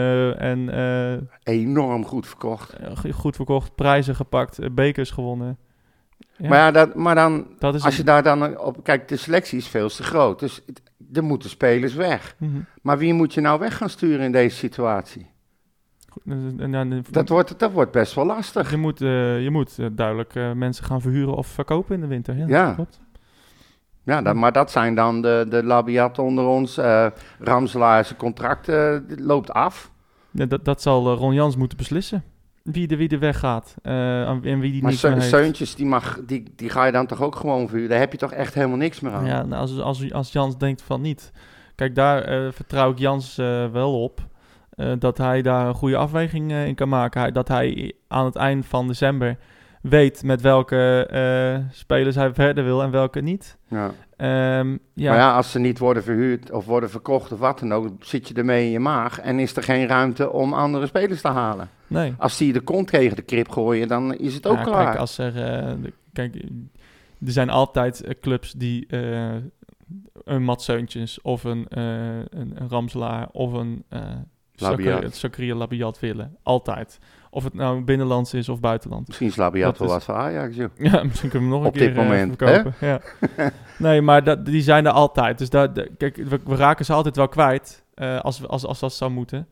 Enorm goed verkocht. Goed verkocht, prijzen gepakt, bekers gewonnen. Ja. Maar dan, dat is als je daar dan op kijkt, de selectie is veel te groot. Dus er moeten spelers weg. Mm-hmm. Maar wie moet je nou weg gaan sturen in deze situatie? Dat wordt best wel lastig. Je moet duidelijk mensen gaan verhuren of verkopen in de winter. Ja. Klopt. Ja, maar dat zijn dan de Labiat onder ons. Ramselaar, zijn contract loopt af. Ja, dat zal Ron Jans moeten beslissen. Wie er weggaat en wie die niks meer heeft. Maar Seuntjes, die ga je dan toch ook gewoon verhuren? Daar heb je toch echt helemaal niks meer aan? Ja, nou, als Jans denkt van niet. Kijk, daar vertrouw ik Jans wel op. Dat hij daar een goede afweging in kan maken. Dat hij aan het eind van december weet met welke spelers hij verder wil en welke niet. Ja. Ja. Maar ja, als ze niet worden verhuurd of worden verkocht of wat dan ook, zit je ermee in je maag en is er geen ruimte om andere spelers te halen. Nee. Als die de kont tegen de krip gooien, dan is het ook klaar. Kijk, er zijn altijd clubs die een Mats Seuntjes of een Ramselaar of een Zakaria Labiat willen. Altijd. Of het nou binnenlands is of buitenland. Misschien is Labiat wel wat voor Ajax, joh. Ja, misschien kunnen we nog op een keer dit moment verkopen. Ja. Nee, maar die zijn er altijd. Dus kijk, we raken ze altijd wel kwijt als dat zou moeten.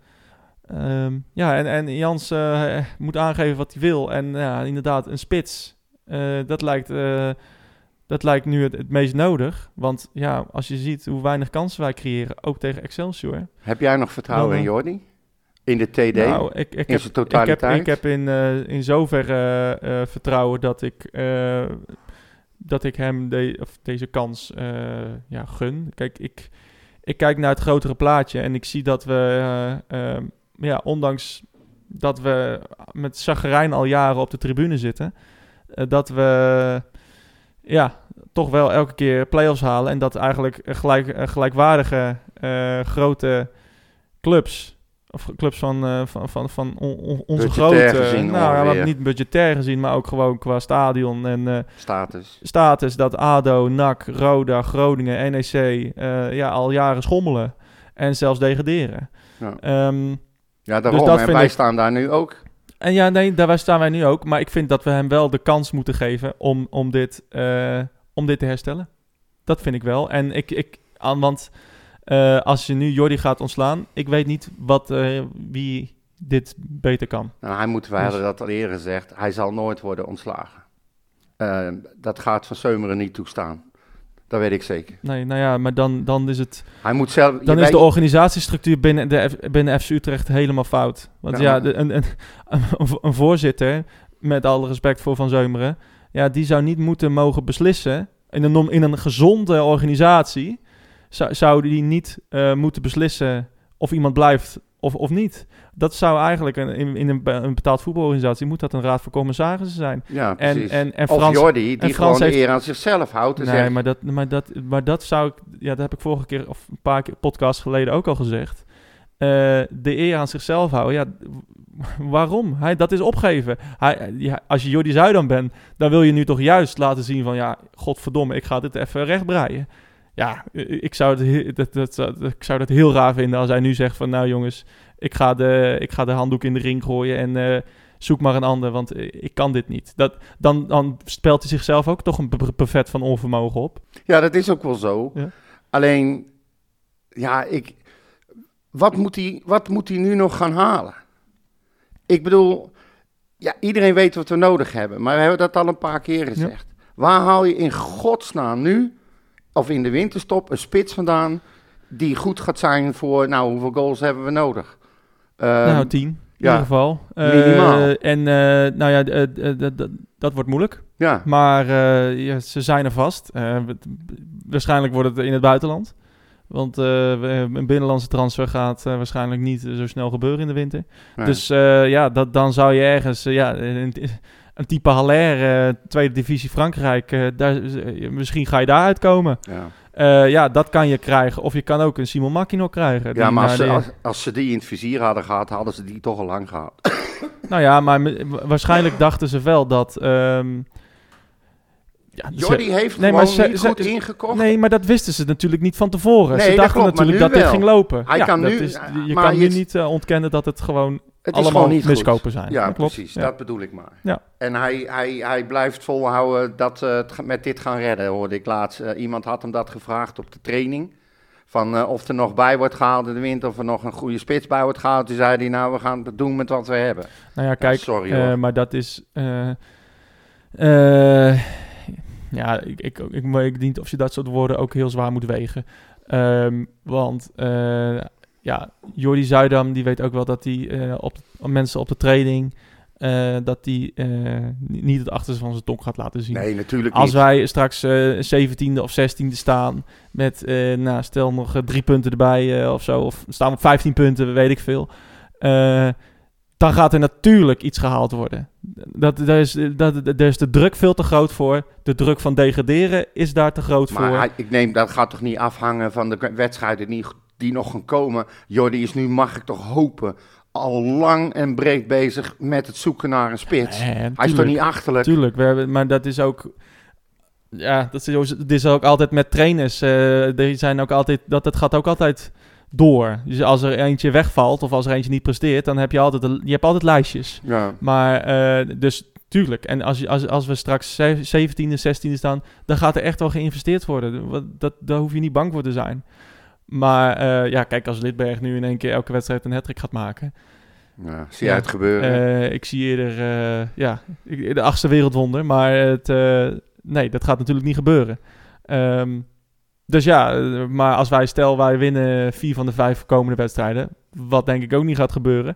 En Jans moet aangeven wat hij wil. En inderdaad, een spits. Dat lijkt nu het meest nodig. Want ja, als je ziet hoe weinig kansen wij creëren, ook tegen Excelsior. Heb jij nog vertrouwen in Jordi? In de TD? Nou, in zijn totaliteit? Ik heb in zoverre vertrouwen dat ik hem deze kans gun. Kijk, ik kijk naar het grotere plaatje en ik zie dat we, ondanks dat we met chagrijn al jaren op de tribune zitten, dat we toch wel elke keer play-offs halen en dat eigenlijk gelijkwaardige grote clubs, of clubs van onze grote, niet budgetair gezien, maar ook gewoon qua stadion en status, dat ADO, NAC, Roda, Groningen, NEC al jaren schommelen en zelfs degraderen. Ja, daarom. Dus en wij staan daar nu ook. En daar staan wij nu ook. Maar ik vind dat we hem wel de kans moeten geven om dit te herstellen. Dat vind ik wel. En want als je nu Jordi gaat ontslaan, ik weet niet wie dit beter kan. Nou, we hadden dat al eerder gezegd, hij zal nooit worden ontslagen. Dat gaat Van Seumeren niet toestaan. Dat weet ik zeker. Nee, nou ja, maar dan is het. Hij moet zelf. Dan is de organisatiestructuur binnen FC Utrecht helemaal fout. Want een voorzitter, met alle respect voor Van Seumeren, die zou niet moeten mogen beslissen. In een gezonde organisatie zou die niet moeten beslissen of iemand blijft of niet. Dat zou eigenlijk in een betaald voetbalorganisatie moet dat een raad van commissarissen zijn. Ja, precies. En Frans, of Jordi, die gewoon de eer aan zichzelf houdt. En zegt, maar dat zou ik... Ja, dat heb ik vorige keer of een paar keer podcasts geleden ook al gezegd. De eer aan zichzelf houden, waarom? Dat is opgeven. Als je Jordi Zuidam bent, dan wil je nu toch juist laten zien van... godverdomme, ik ga dit even rechtbreien. Ja, ik zou dat heel raar vinden als hij nu zegt van... Nou jongens, ik ga de handdoek in de ring gooien en zoek maar een ander, want ik kan dit niet. Dan spelt hij zichzelf ook toch een buffet van onvermogen op. Ja, dat is ook wel zo. Ja. Alleen, wat moet hij nu nog gaan halen? Ik bedoel, iedereen weet wat we nodig hebben, maar we hebben dat al een paar keer gezegd. Ja. Waar haal je in godsnaam nu, of in de winterstop, een spits vandaan die goed gaat zijn voor, hoeveel goals hebben we nodig? 10. ieder geval. Minimaal. En dat wordt moeilijk. Ja. Maar ze zijn er vast. Waarschijnlijk wordt het in het buitenland. Want een binnenlandse transfer gaat waarschijnlijk niet zo snel gebeuren in de winter. Nee. Dus dan zou je ergens... een type Haller, tweede divisie Frankrijk... misschien ga je daar uitkomen. Ja. Dat kan je krijgen. Of je kan ook een Simon Mackinock krijgen. Ja, maar als ze die in het vizier hadden gehad... hadden ze die toch al lang gehad. Nou ja, maar waarschijnlijk dachten ze wel dat... Jordi heeft gewoon niet goed ingekocht. Nee, maar dat wisten ze natuurlijk niet van tevoren. Nee, ze dachten natuurlijk dat dit ging lopen. Hij kan nu... Je kan nu niet ontkennen dat het gewoon allemaal niet miskopen zijn. Ja, dat klopt. Precies. Ja. Dat bedoel ik maar. Ja. En hij blijft volhouden dat het met dit gaan redden, hoorde ik laatst. Iemand had hem dat gevraagd op de training. Van of er nog bij wordt gehaald in de winter, of er nog een goede spits bij wordt gehaald. Toen zei hij, we gaan het doen met wat we hebben. Nou ja, kijk, sorry hoor. Maar dat is... ik denk of je dat soort woorden ook heel zwaar moet wegen. Want Jordi Zuidam, die weet ook wel dat hij op mensen op de training... dat hij niet het achterste van zijn tong gaat laten zien. Nee, natuurlijk niet. Als wij straks 17e of 16e staan met, stel nog 3 punten erbij of zo... of staan we op 15 punten, weet ik veel... dan gaat er natuurlijk iets gehaald worden. Daar is de druk veel te groot voor. De druk van degraderen is daar te groot voor. Maar dat gaat toch niet afhangen van de wedstrijden die nog gaan komen. Jordi is nu, mag ik toch hopen, al lang en breed bezig met het zoeken naar een spits. Hij is toch niet achterlijk? Tuurlijk, maar dat is ook... Ja, dat is ook altijd met trainers. Die zijn ook altijd... Dat gaat ook altijd... door. Dus als er eentje wegvalt of als er eentje niet presteert, dan heb je altijd lijstjes. Ja. Maar dus tuurlijk. En als we straks 17e, 16e staan, dan gaat er echt wel geïnvesteerd worden. Daar hoef je niet bang voor te zijn. Maar kijk, als Lidberg nu in één keer elke wedstrijd een hattrick gaat maken. Ja, zie je het gebeuren? Ik zie eerder de 8e wereldwonder, maar nee, dat gaat natuurlijk niet gebeuren. Dus ja, maar als wij winnen 4 van de 5 komende wedstrijden, wat denk ik ook niet gaat gebeuren.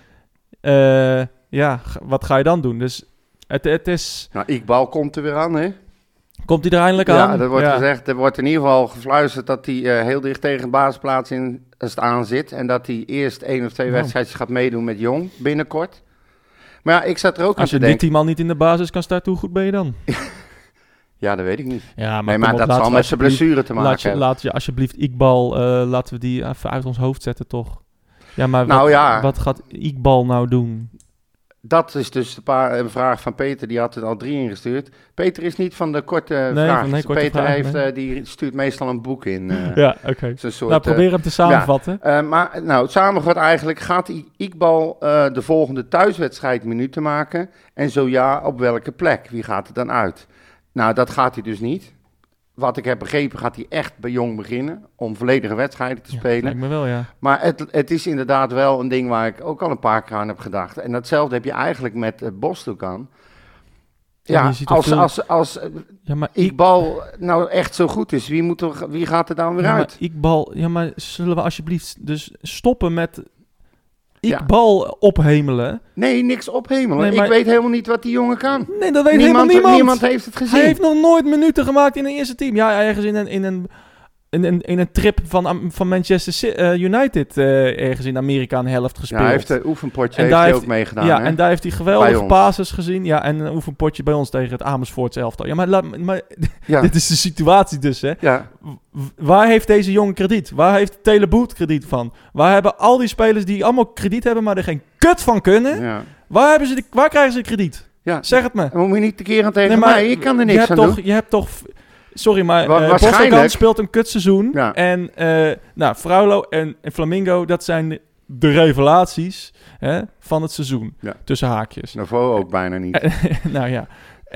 Wat ga je dan doen? Dus het is... Nou, Iqbal komt er weer aan, hè? Komt hij er eindelijk aan? Ja, er wordt gezegd, er wordt in ieder geval gefluisterd dat hij heel dicht tegen de basisplaats aan zit. En dat hij eerst 1 of 2 wedstrijdjes gaat meedoen met Jong binnenkort. Maar ja, ik zat er ook aan te denken... Als je die man niet in de basis kan starten, hoe goed ben je dan? Ja, dat weet ik niet. Ja, maar dat zal met zijn blessure te maken hebben. Laat je alsjeblieft Iqbal, laten we die even uit ons hoofd zetten, toch? Ja, maar wat gaat Iqbal nou doen? Dat is dus een vraag van Peter, die had er al 3 ingestuurd. Peter is niet van de korte vragen. Peter die stuurt meestal een boek in. Ja, oké. Probeer hem te samenvatten. Maar samengevat eigenlijk, gaat Iqbal de volgende thuiswedstrijd minuten maken? En zo ja, op welke plek? Wie gaat er dan uit? Nou, dat gaat hij dus niet. Wat ik heb begrepen gaat hij echt bij Jong beginnen om volledige wedstrijden te spelen. Lijkt me wel, ja. Maar het is inderdaad wel een ding waar ik ook al een paar keer aan heb gedacht. En datzelfde heb je eigenlijk met Bosdogan. Ja, als Iqbal nou echt zo goed is, wie gaat er dan weer uit? Iqbal, maar zullen we alsjeblieft dus stoppen met... Iqbal ophemelen. Nee, niks ophemelen. Ik weet helemaal niet wat die jongen kan. Nee, dat weet helemaal niemand. Niemand heeft het gezien. Hij heeft nog nooit minuten gemaakt in een eerste team. Ja, ergens in een trip van Manchester United ergens in Amerika een helft gespeeld. Ja, hij heeft een oefenpotje ook meegedaan. Ja, en daar heeft hij geweldige passes gezien. Ja, en een oefenpotje bij ons tegen het Amersfoortse elftal. Ja, maar dit is de situatie dus, hè. Ja. Waar heeft deze jongen krediet? Waar heeft Teleboet krediet van? Waar hebben al die spelers die allemaal krediet hebben, maar er geen kut van kunnen? Ja. Waar krijgen ze krediet? Ja. Zeg het me. Dan moet je niet te keren tegen mij. Ik kan er niks aan doen. Je hebt toch... Sorry, maar Bosdogan speelt een kutseizoen. Ja. En Fraulo en Flamingo, dat zijn de revelaties van het seizoen. Ja. Tussen haakjes. Nouveau ook bijna niet. Nou ja.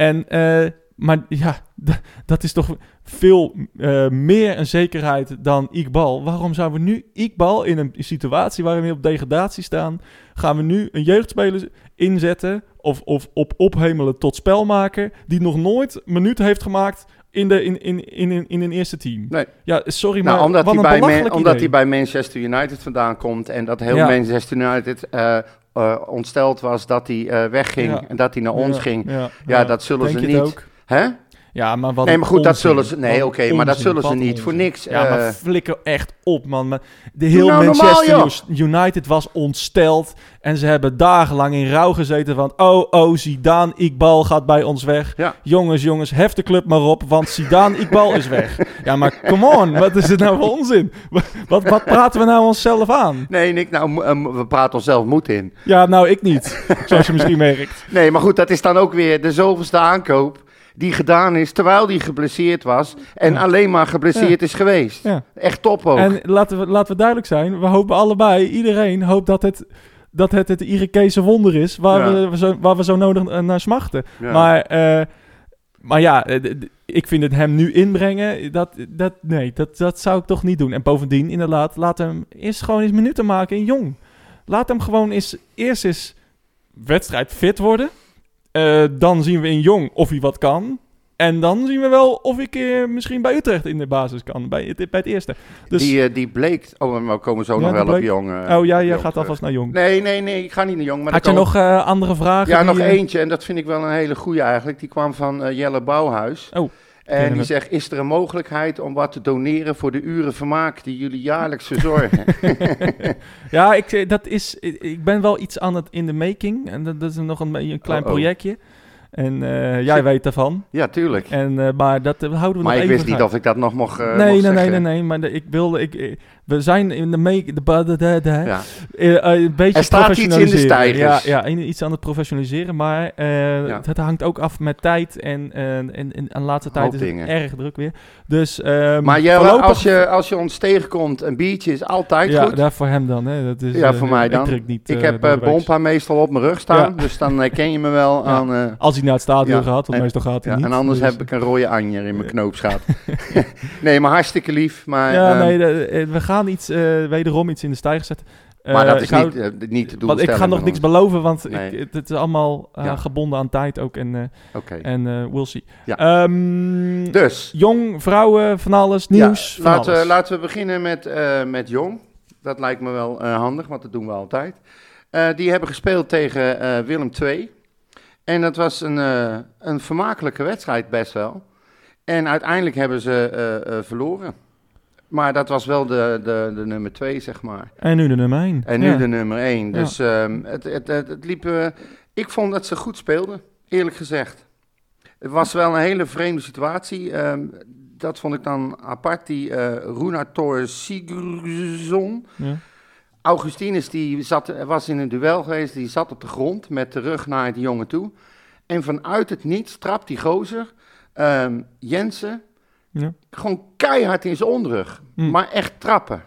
Maar ja, dat is toch veel meer een zekerheid dan Iqbal. Waarom zouden we nu Iqbal in een situatie waarin we op degradatie staan... gaan we nu een jeugdspeler inzetten of ophemelen tot spelmaker... die nog nooit minuten heeft gemaakt... in een eerste team. Nee. Ja, sorry, maar omdat hij bij Manchester United vandaan komt... en dat heel Manchester United ontsteld was dat hij wegging en dat hij naar ons ging. Ja, dat zullen ze niet. Hè? Ja, maar wat nee, maar goed, onzin. dat zullen ze... Nee, oké, maar dat zullen ze niet onzin. voor niks. Ja, maar flikker echt op, man. Maar de heel nou Manchester United was ontsteld. En ze hebben dagenlang in rouw gezeten van... Oh, Zidane Iqbal gaat bij ons weg. Ja. Jongens, hef de club maar op, want Zidane Iqbal is weg. Ja, maar come on, wat is het nou voor onzin? Wat praten we nou onszelf aan? Nee, Nick, we praten onszelf moed in. Ja, nou, ik niet. Zoals je misschien merkt. Nee, maar goed, dat is dan ook weer de zoveelste aankoop... die gedaan is terwijl die geblesseerd was... en alleen maar geblesseerd is geweest. Ja. Echt top ook. En laten we duidelijk zijn... we hopen allebei, iedereen hoopt dat het Irakese wonder is... waar we zo nodig naar smachten. Ja. Maar ja, ik vind het hem nu inbrengen... dat zou ik toch niet doen. En bovendien, inderdaad, laat hem eerst gewoon eens minuten maken in Jong. Laat hem gewoon eerst eens wedstrijd fit worden... dan zien we in Jong of hij wat kan. En dan zien we wel of ik misschien bij Utrecht in de basis kan. Bij het eerste. Dus, die bleek... Oh, we komen zo nog wel op Jong. Jij gaat alvast naar Jong. Nee, ik ga niet naar Jong. Maar had je nog andere vragen? Ja, nog eentje. En dat vind ik wel een hele goeie eigenlijk. Die kwam van Jelle Bouwhuis. Oh. En die zegt, is er een mogelijkheid om wat te doneren voor de uren vermaak die jullie jaarlijks verzorgen? Ja, ik ben wel iets aan het in de making. En dat is nog een klein projectje. En jij weet daarvan. Ja, tuurlijk. Maar dat houden we nog even. Maar ik wist niet of ik dat nog mocht Nee. Maar we zijn in een beetje er staat iets in de stijgers. Ja, iets aan het professionaliseren. Maar het hangt ook af met tijd. En aan de laatste tijd is het erg druk weer. Dus, maar Jelle, als je ons tegenkomt, een biertje is altijd goed. Ja, voor hem dan. Hè. Dat is, voor mij dan. Ik heb Bompa meestal op mijn rug staan. Ja. Dus dan ken je me wel aan... als hij naar het stadion gaat, want meestal gaat hij niet. En anders heb ik een rode anjer in mijn knoopsgat. Nee, maar hartstikke lief. Maar, we gaan wederom iets in de stijger zetten. Maar dat is niet te doen. Want ik ga nog niks beloven, want het is allemaal gebonden aan tijd ook. En we'll see. Ja. Dus. Jong, vrouwen, van alles, nieuws. Ja, laten we beginnen met Jong. Dat lijkt me wel handig, want dat doen we altijd. Die hebben gespeeld tegen Willem II. En dat was een vermakelijke wedstrijd best wel. En uiteindelijk hebben ze verloren. Maar dat was wel de nummer 2, zeg maar. En nu de nummer 1. En nu de nummer 1. Dus het liep... ik vond dat ze goed speelden, eerlijk gezegd. Het was wel een hele vreemde situatie. Dat vond ik dan apart. Die Runator Sigurdsson... Ja. Augustinus was in een duel geweest, die zat op de grond met de rug naar die jongen toe. En vanuit het niets trapt die gozer, Jensen, gewoon keihard in zijn onderrug. Maar echt trappen.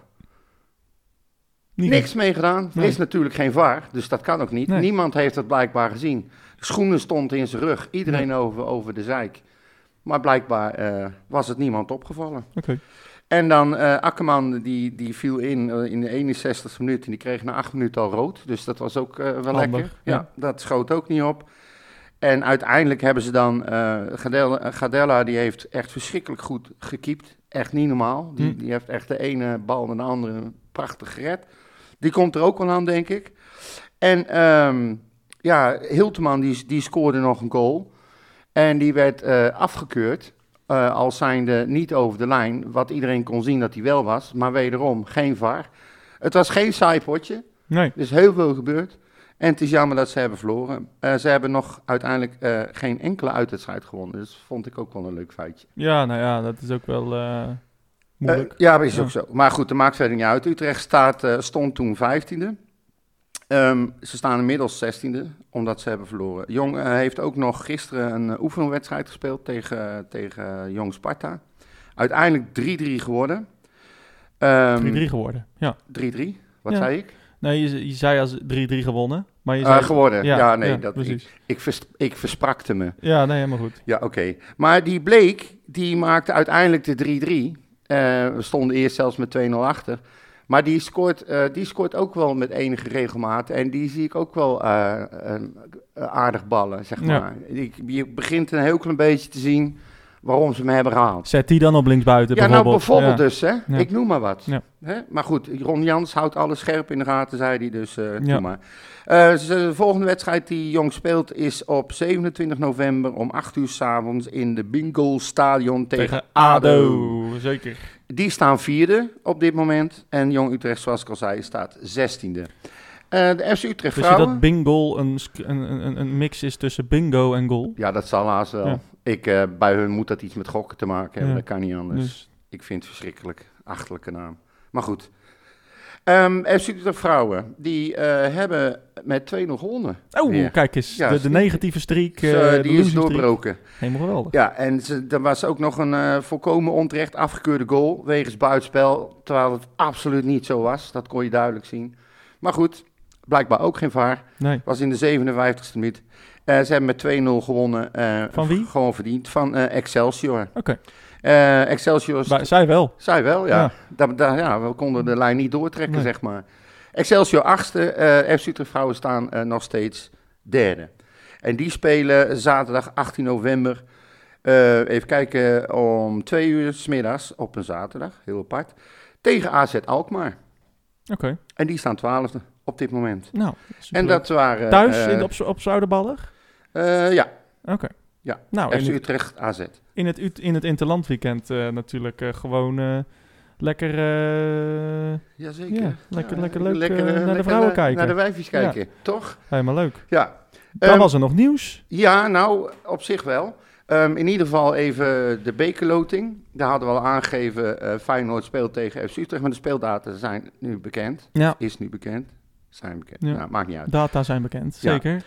Niks mee gedaan. Er is natuurlijk geen VAR, dus dat kan ook niet. Nee. Niemand heeft dat blijkbaar gezien. De schoenen stond in zijn rug, iedereen over de zeik. Maar blijkbaar was het niemand opgevallen. Okay. En dan Akkerman, die viel in de 61e minuut en die kreeg na 8 minuten al rood. Dus dat was ook wel handig, lekker. Ja, dat schoot ook niet op. En uiteindelijk hebben ze dan... Gardella, die heeft echt verschrikkelijk goed gekiept. Echt niet normaal. Die heeft echt de ene bal naar de andere prachtig gered. Die komt er ook wel aan, denk ik. En Hilteman, die scoorde nog een goal. En die werd afgekeurd. Als zijnde niet over de lijn, wat iedereen kon zien dat hij wel was. Maar wederom, geen VAR. Het was geen saai potje. Nee. Er is heel veel gebeurd. En het is jammer dat ze hebben verloren. Ze hebben nog uiteindelijk geen enkele uitwedstrijd gewonnen. Dus dat vond ik ook wel een leuk feitje. Ja, nou ja, dat is ook wel moeilijk. Ja, dat is ook zo. Maar goed, dat maakt verder niet uit. Utrecht stond toen 15e. Ze staan inmiddels 16e, omdat ze hebben verloren. Jong heeft ook nog gisteren een oefenwedstrijd gespeeld tegen Jong Sparta. Uiteindelijk 3-3 geworden. 3-3 geworden, ja. 3-3, wat zei ik? Nee, je zei als 3-3 gewonnen. Maar je zei... Geworden, ik versprakte me. Ja, nee, helemaal goed. Ja, oké. Maar die Bleek, die maakte uiteindelijk de 3-3. We stonden eerst zelfs met 2-0 achter. Maar die scoort ook wel met enige regelmaat. En die zie ik ook wel aardig ballen, zeg maar. Je begint een heel klein beetje te zien waarom ze me hebben gehaald. Zet die dan op linksbuiten Ja, nou bijvoorbeeld Ja. dus, hè. Ja. Ik noem maar wat. Ja. Hè? Maar goed, Ron Jans houdt alles scherp in de gaten, zei hij, dus Ja. doe maar. De volgende wedstrijd die Jong speelt is op 27 november om 8 uur 's avonds in de Bingo Stadion tegen ADO. Zeker. Die staan 4e op dit moment en Jong Utrecht, zoals ik al zei, staat 16e. De FC Utrecht Wist je vrouwen... dat bingo een mix is tussen bingo en goal? Ja, dat zal haast wel. Ja. Bij hun moet dat iets met gokken te maken hebben, Ja. dat kan niet anders. Dus, Ik vind het verschrikkelijk, achterlijke naam. Maar goed. FC Utrecht vrouwen, die hebben met 2-0 gewonnen. Weer. kijk eens. Ja, de negatieve streak. Die de is losing streak. doorbroken. Helemaal geweldig. Ja, en er was ook nog een volkomen onterecht afgekeurde goal wegens buitenspel, terwijl het absoluut niet zo was. Dat kon je duidelijk zien. Maar goed, blijkbaar ook geen VAR. Nee. Was in de 57e minuut. Ze hebben met 2-0 gewonnen. Van wie? Gewoon verdiend. Van Excelsior. Oké. Excelsior... Zij wel. Zij wel, ja. Ja. We konden de lijn niet doortrekken, Nee. zeg maar. Excelsior 8e, FC Utrecht vrouwen staan nog steeds 3e. En die spelen zaterdag 18 november, even kijken, om 2 uur 's middags op een zaterdag, heel apart, tegen AZ Alkmaar. Oké. En die staan 12e op dit moment. Nou, En superleuk. dat waren... Thuis op Zuiderballig? Ja, Oké. ja. Nou, FC Utrecht AZ. in het interlandweekend natuurlijk gewoon lekker... Jazeker. Ja, lekker leuk naar de vrouwen kijken. Naar de wijfjes kijken, toch? Helemaal leuk. Ja. Dan was er nog nieuws. Ja, nou, op zich wel. In ieder geval even de bekerloting. Daar hadden we al aangegeven, Feyenoord speelt tegen FC Utrecht, maar de speeldata zijn nu bekend. Ja, Is nu bekend. Zijn bekend. Ja. Nou, maakt niet uit. data zijn bekend. Ja. Zeker.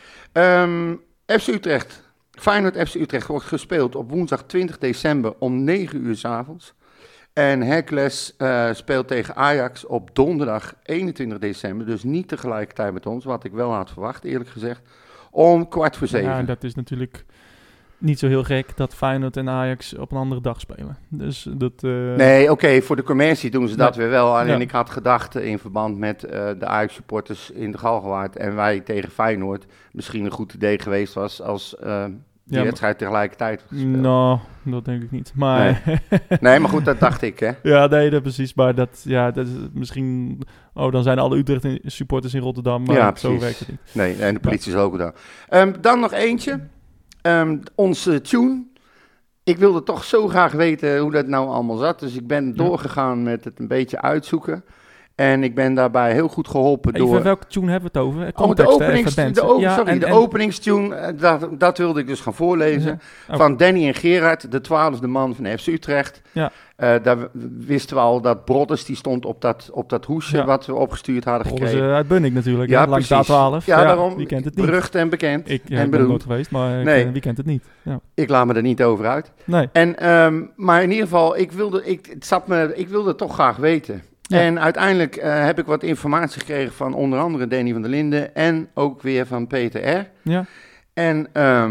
FC Utrecht. Feyenoord FC Utrecht wordt gespeeld op woensdag 20 december om 9 uur 's avonds. En Hercules speelt tegen Ajax op donderdag 21 december. Dus niet tegelijkertijd met ons, wat ik wel had verwacht, eerlijk gezegd. Om 6:15. Ja, dat is natuurlijk niet zo heel gek dat Feyenoord en Ajax op een andere dag spelen. Dus dat... Nee, oké, voor de commercie doen ze dat Nee. weer wel. Alleen Ja. ik had gedacht in verband met de Ajax-supporters in de Galgenwaard en wij tegen Feyenoord misschien een goed idee geweest was als die maar- wedstrijd tegelijkertijd was gespeeld. Nou, dat denk ik niet. Maar... Nee, maar goed, dat dacht ik, hè. ja, nee, dat precies. Maar dat is misschien... Oh, dan zijn alle Utrecht supporters in Rotterdam. Maar Ja, zo precies. werkt het niet. Nee, en de politie is ook daar. Dan nog eentje. Onze tune. Ik wilde toch zo graag weten hoe dat nou allemaal zat. Dus ik ben doorgegaan met het een beetje uitzoeken. En ik ben daarbij heel goed geholpen Even, door... welke tune hebben we het over? de Context, hè, even bands. de openingstune, dat wilde ik dus gaan voorlezen. Ja. Oh. Van Danny en Gerard, de 12e man van FC Utrecht. Ja. Daar wisten we al dat Brodders, die stond op dat hoesje Ja. wat we opgestuurd hadden Volgens gekregen. uit Bunnik natuurlijk. Ja, Ja, langs de precies. A12. Ja, daarom. Wie kent het niet? Berucht en bekend. Ik en ben er beroemd. nooit geweest, maar Nee. wie kent het niet? Ja. Ik laat me er niet over uit. Nee. En, maar in ieder geval, ik wilde het toch graag weten. Ja. En uiteindelijk heb ik wat informatie gekregen van onder andere Danny van der Linden en ook weer van Peter R. Ja. En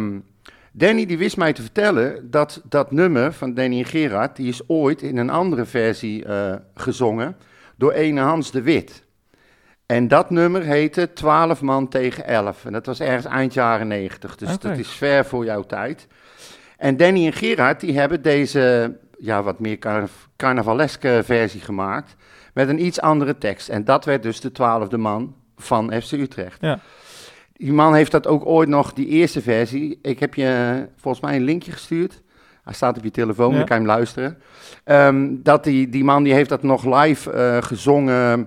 Danny die wist mij te vertellen dat dat nummer van Danny en Gerard, die is ooit in een andere versie gezongen door ene Hans de Wit. En dat nummer heette 12 man tegen 11. En dat was ergens eind jaren 90, dus Oké. dat is ver voor jouw tijd. En Danny en Gerard die hebben deze wat meer carnavaleske versie gemaakt met een iets andere tekst. En dat werd dus de 12e man van FC Utrecht. Ja. Die man heeft dat ook ooit nog, die eerste versie. Ik heb je volgens mij een linkje gestuurd. Hij staat op je telefoon, Ja. dan kan je hem luisteren. Dat die man die heeft dat nog live gezongen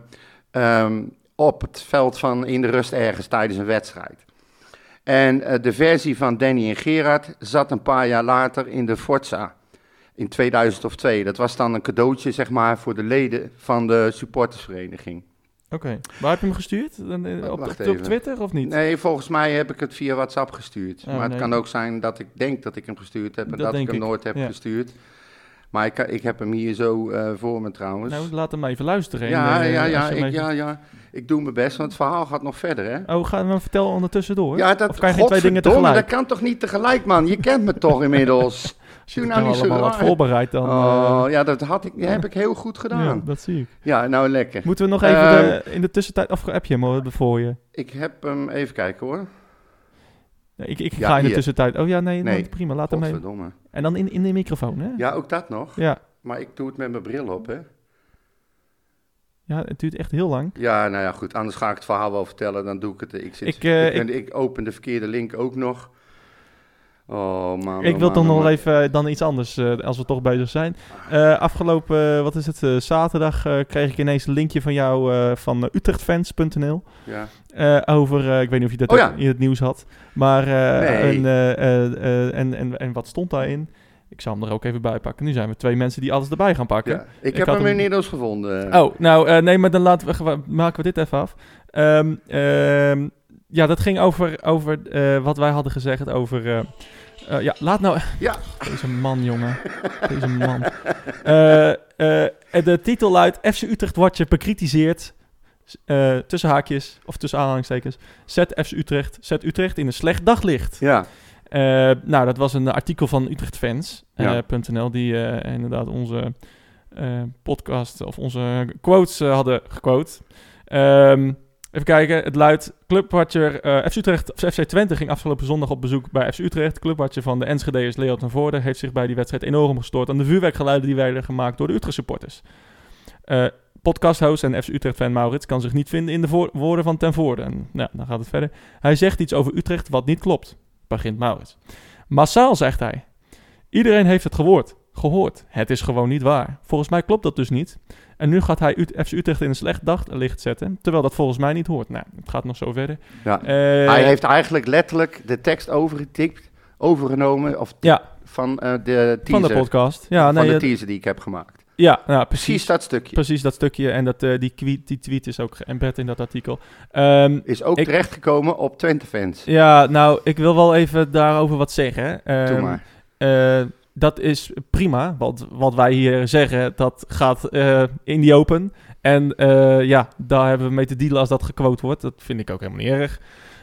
op het veld van in de rust ergens tijdens een wedstrijd. En de versie van Danny en Gerard zat een paar jaar later in de Forza. In 2002. Dat was dan een cadeautje, zeg maar, voor de leden van de supportersvereniging. Oké. Waar heb je hem gestuurd? Op Wacht even. Twitter of niet? Nee, volgens mij heb ik het via WhatsApp gestuurd. Oh, maar het nee. kan ook zijn dat ik denk dat ik hem gestuurd heb en Dat dat ik denk hem ik, nooit heb ja. gestuurd. Maar ik heb hem hier zo voor me trouwens. Nou, laat hem even luisteren. ja, En, ik doe mijn best, want het verhaal gaat nog verder, hè? Oh, ga maar vertellen ondertussen door. Ja, dat, Of kan je geen twee dingen godverdomme, tegelijk? dat kan toch niet tegelijk, man? Je kent me toch inmiddels? Als je Doe het nou niet zo allemaal had raar. voorbereid, dan... Ja, dat heb ik heel goed ja, gedaan. dat zie ik. Ja, nou lekker. Moeten we nog even in de tussentijd... Of heb je hem hoor, voor je? Ik heb hem, even kijken hoor. Ik ga in de tussentijd... Oh ja, nee. Prima, laat hem mee. Godverdomme. En dan in de microfoon, hè? Ja, ook dat nog. Ja. Maar ik doe het met mijn bril op, hè? Ja, het duurt echt heel lang. Ja, nou ja, goed. Anders ga ik het verhaal wel vertellen. Dan doe ik het. Ik open de verkeerde link ook nog. Oh, man. Ik wil toch nog even dan iets anders, als we toch bezig zijn. Afgelopen, zaterdag kreeg ik ineens een linkje van jou van utrechtfans.nl. Ja. Over, ik weet niet of je dat in het nieuws had. Maar, en wat stond daarin? Ik zal hem er ook even bij pakken. Nu zijn we 2 mensen die alles erbij gaan pakken. Ja, ik heb hem inmiddels gevonden. Oh, nou, nee, maar dan maken we dit even af. Ja, dat ging over wat wij hadden gezegd over... laat nou... Ja. Deze man, jongen. Deze man. De titel luidt... FC Utrecht wordt je bekritiseerd... tussen haakjes, of tussen aanhalingstekens... Zet Utrecht in een slecht daglicht. Ja. Nou, dat was een artikel van utrechtfans.nl... die inderdaad onze podcast... of onze quotes hadden gequote. Even kijken, het luidt... Clubwatcher FC Utrecht, of FC Twente ging afgelopen zondag op bezoek bij FC Utrecht. Clubwatcher van de Enschede'ers Leo ten Voorde heeft zich bij die wedstrijd enorm gestoord aan de vuurwerkgeluiden die werden gemaakt door de Utrecht supporters. Podcasthost en FC Utrecht-fan Maurits kan zich niet vinden in de woorden van ten Voorde. En, nou, dan gaat het verder. Hij zegt iets over Utrecht wat niet klopt, begint Maurits. Massaal, zegt hij. Iedereen heeft het gehoord. Het is gewoon niet waar. Volgens mij klopt dat dus niet. En nu gaat hij FC Utrecht in een slecht daglicht zetten, terwijl dat volgens mij niet hoort. Nou, het gaat nog zo verder. Ja. Hij heeft eigenlijk letterlijk de tekst overgenomen van de teaser. Van de podcast. Ja, van de teaser die ik heb gemaakt. Ja, nou, precies dat stukje. Precies dat stukje. En die tweet is ook geëmbed in dat artikel. Is ook terechtgekomen op Twente-fans. Ja, nou, ik wil wel even daarover wat zeggen. Doe maar. Dat is prima, want wat wij hier zeggen, dat gaat in die open. En daar hebben we mee te dealen als dat gequote wordt. Dat vind ik ook helemaal niet erg.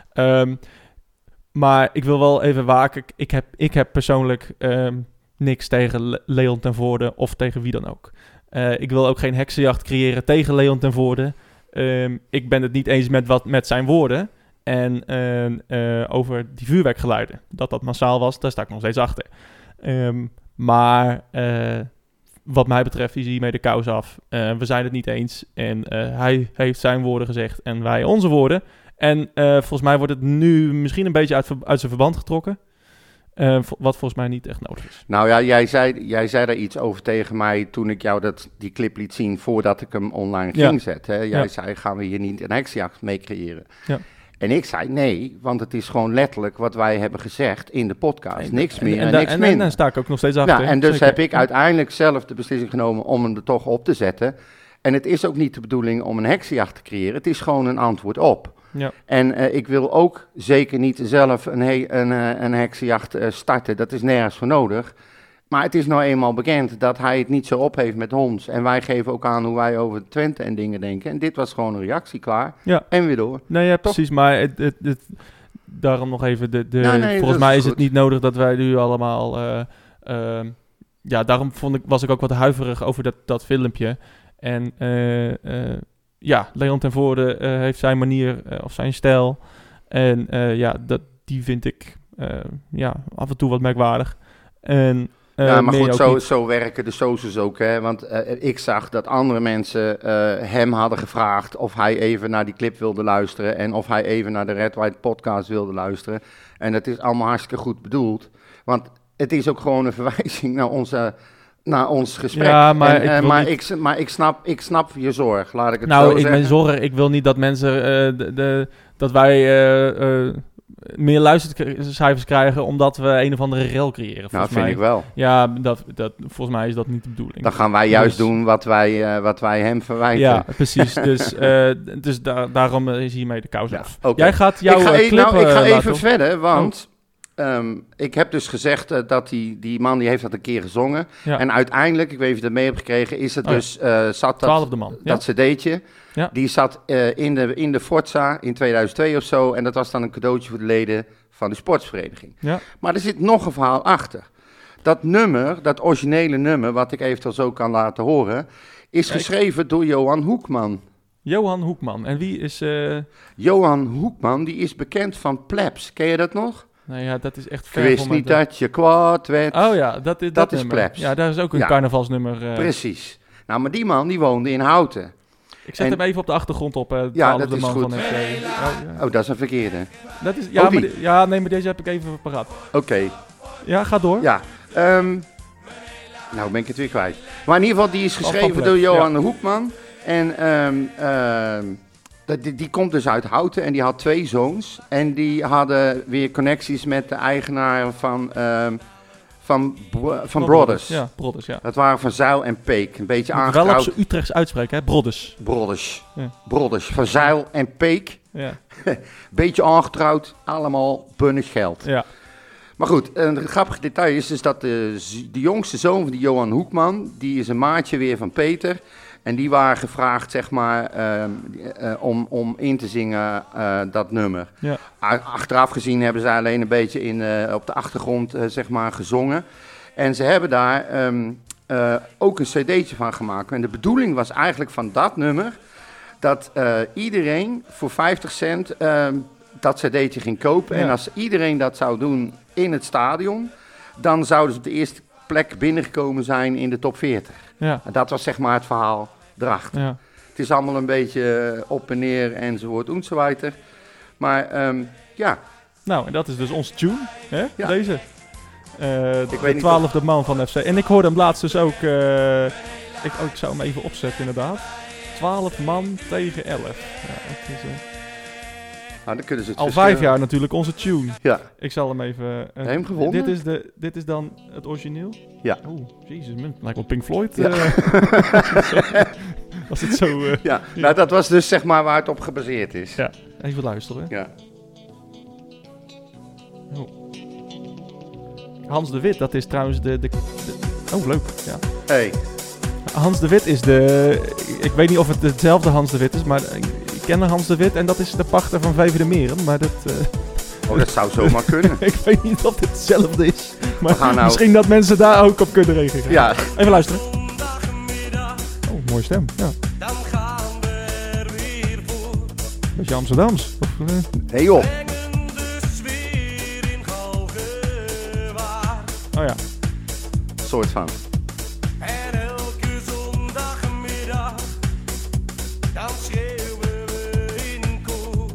Maar ik wil wel even waken. Ik heb persoonlijk niks tegen Leon ten Voorde of tegen wie dan ook. Ik wil ook geen heksenjacht creëren tegen Leon ten Voorde. Ik ben het niet eens met zijn woorden. En over die vuurwerkgeluiden. Dat massaal was, daar sta ik nog steeds achter. Maar wat mij betreft is hiermee de kous af. We zijn het niet eens. En hij heeft zijn woorden gezegd en wij onze woorden. En volgens mij wordt het nu misschien een beetje uit zijn verband getrokken. Wat volgens mij niet echt nodig is. Nou ja, jij zei daar iets over tegen mij toen ik jou die clip liet zien voordat ik hem online ging zetten. Hè? Jij zei, gaan we hier niet een heksenjacht mee creëren? Ja. En ik zei nee, want het is gewoon letterlijk wat wij hebben gezegd in de podcast. Niks meer en niks minder. En daar sta ik ook nog steeds achter. Ja, en dus heb ik uiteindelijk zelf de beslissing genomen om hem er toch op te zetten. En het is ook niet de bedoeling om een heksenjacht te creëren. Het is gewoon een antwoord op. Ja. En ik wil ook zeker niet zelf een heksenjacht starten. Dat is nergens voor nodig. Maar het is nou eenmaal bekend dat hij het niet zo op heeft met ons. En wij geven ook aan hoe wij over Twente en dingen denken. En dit was gewoon een reactie, klaar. Ja. En weer door. Nee, ja, precies. Maar daarom nog even... volgens mij is het niet nodig dat wij nu allemaal... daarom was ik ook wat huiverig over dat filmpje. En Leon ten Voorde heeft zijn manier of zijn stijl. En die vind ik af en toe wat merkwaardig. En... maar goed, zo werken de socials ook, hè. Want ik zag dat andere mensen hem hadden gevraagd of hij even naar die clip wilde luisteren en of hij even naar de Red White podcast wilde luisteren. En dat is allemaal hartstikke goed bedoeld. Want het is ook gewoon een verwijzing naar ons gesprek. Ja, maar ik snap je zorg, laat ik het zo zeggen. Ik wil niet dat mensen, dat wij... meer luistercijfers krijgen omdat we een of andere rel creëren. Nou, vind ik wel. Ja, volgens mij is dat niet de bedoeling. Dan gaan wij juist doen wat wij hem verwijten. Ja, precies. Dus daarom is hiermee de kous af. Okay. Jij gaat jouw ik ga even verder, want ik heb dus gezegd dat die man die heeft dat een keer gezongen. Ja. En uiteindelijk, ik weet niet of je dat mee hebt gekregen, is het zat dat cd'tje. Ja. Die zat in de Forza in 2002 of zo. En dat was dan een cadeautje voor de leden van de sportsvereniging. Ja. Maar er zit nog een verhaal achter. Dat nummer, dat originele nummer, wat ik eventueel zo kan laten horen, is geschreven door Johan Hoekman. Johan Hoekman. En wie is... Johan Hoekman, die is bekend van Plebs. Ken je dat nog? Nee, ja, dat is echt Ik ver wist voor mij. niet dat je kwaad werd. Oh ja, dat is is nummer. Plebs. Ja, daar is ook een Ja. carnavalsnummer. Precies. Nou, maar die man die woonde in Houten. Ik zet En- hem even op de achtergrond op. Ja, dat de is man goed. van FC. Oh, dat is een verkeerde. Dat is, Oh, die. maar deze heb ik even paraat. Oké, Ja, ga door. ja. Nou ben ik het weer kwijt. Maar in ieder geval, die is Van geschreven Plebs, door Johan Hoekman. En die komt dus uit Houten en die had 2 zoons. En die hadden weer connecties met de eigenaar van Brothers. Ja, Brothers, ja. Dat waren Van Zijl en Peek. Een beetje Moet wel op aangetrouwd. zijn Utrechts uitspreken, hè? Brothers. Brothers. Ja. Brothers. Van Zijl en Peek. Ja. Beetje aangetrouwd. Allemaal bunnig geld. Ja. Maar goed, een grappig detail is dus dat de jongste zoon van die Johan Hoekman, die is een maatje weer van Peter. En die waren gevraagd, zeg maar, om in te zingen dat nummer. Ja. Achteraf gezien hebben ze alleen een beetje op de achtergrond, zeg maar, gezongen. En ze hebben daar ook een cd'tje van gemaakt. En de bedoeling was eigenlijk van dat nummer, dat iedereen voor 50 cent dat cd'tje ging kopen. Ja. En als iedereen dat zou doen in het stadion, dan zouden ze op de eerste plek binnengekomen zijn in de top 40. Ja. En dat was zeg maar het verhaal erachter. Ja. Het is allemaal een beetje op en neer enzovoort enzoweiter. Maar ja, Nou, en dat is dus onze tune, hè? Ja. Deze. weet De niet 12e man van FC. En ik hoorde hem laatst dus ook... ik zou hem even opzetten, inderdaad. 12 man tegen 11. Ja, het is, nou, dan kunnen ze het al verschil- 5 jaar natuurlijk onze tune. Ja, Ik zal hem even... Heb je hem gevonden? Dit is dan het origineel? Ja. Oeh, jezus, man. Lijkt wel Pink Floyd. Ja. Als het zo... ja. Nou, dat was dus zeg maar waar het op gebaseerd is. ja, even luisteren. Ja. Hans de Wit, dat is trouwens de... Oh, leuk. Ja. Hey. Hans de Wit is ik weet niet of het hetzelfde Hans de Wit is, maar ik ken Hans de Wit en dat is de pachter van Vijver de Meren. Maar dat... Oh, dat zou zomaar kunnen. ik weet niet of het hetzelfde is. Maar gaan nou- misschien dat mensen daar ook op kunnen reageren. Ja. Even luisteren. Oh, mooie stem. Ja. Dan gaan we er weer voor. Beetje Amsterdams. Of, Hey joh. Brengen de sfeer in Galgenwaard. oh ja. Soort van. En elke zondagmiddag, dan schreeuwen we in koor.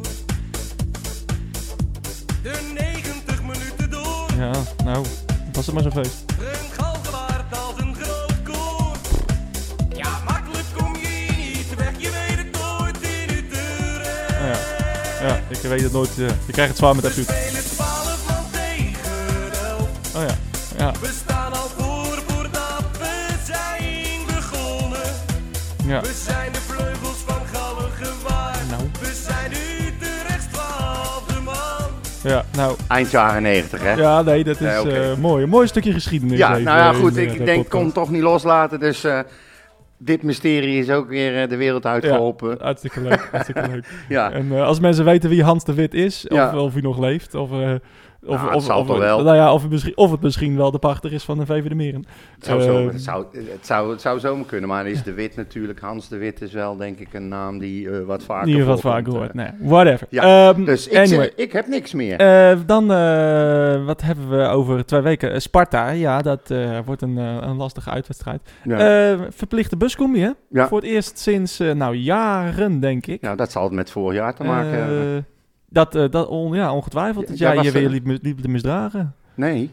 De 90 minuten door, Ja, nou, was het maar zo'n feest. een Galgenwaard als een groot koor. Ja, makkelijk kom je hier niet weg, je weet het nooit in Utrecht. Oh ja. Ja, ik weet het nooit. Je krijgt het zwaar met We FC. spelen 12 man tegen 11. Oh ja. Ja. We staan al voordat we zijn begonnen. Ja. We zijn de vleugels van Galgenwaard. Nou. We zijn Utrechts 12e man. Ja, nou. Eind jaren 90, hè? Ja, nee, dat is Ja, oké. mooi. Een mooi stukje geschiedenis. Ja, even nou ja, goed. in, Ik de denk, podcast. kon het toch niet loslaten. Dus dit mysterie is ook weer de wereld uitgeholpen. Hartstikke leuk. Hartstikke leuk. Ja. En als mensen weten wie Hans de Wit is, Ja. of hij nog leeft, of het zal toch wel. Nou ja, of het misschien wel de pachter is van de VV de Meren. Het zou zomaar kunnen, maar is de Wit natuurlijk. Hans de Wit is wel, denk ik, een naam die wat vaker Die je wat voorkomt, vaker hoort. Nee, whatever. Ja, dus ik, anyway. ik heb niks meer. Dan, wat hebben we over 2 weken? Sparta, ja, dat wordt een lastige uitwedstrijd. Ja. Verplichte buscombi, hè? Ja. Voor het eerst sinds, jaren, denk ik. Nou, dat zal het met vorig jaar te maken hebben. Ja, ongetwijfeld. Dat Ja, jij was je weer er- liep te misdragen. Nee.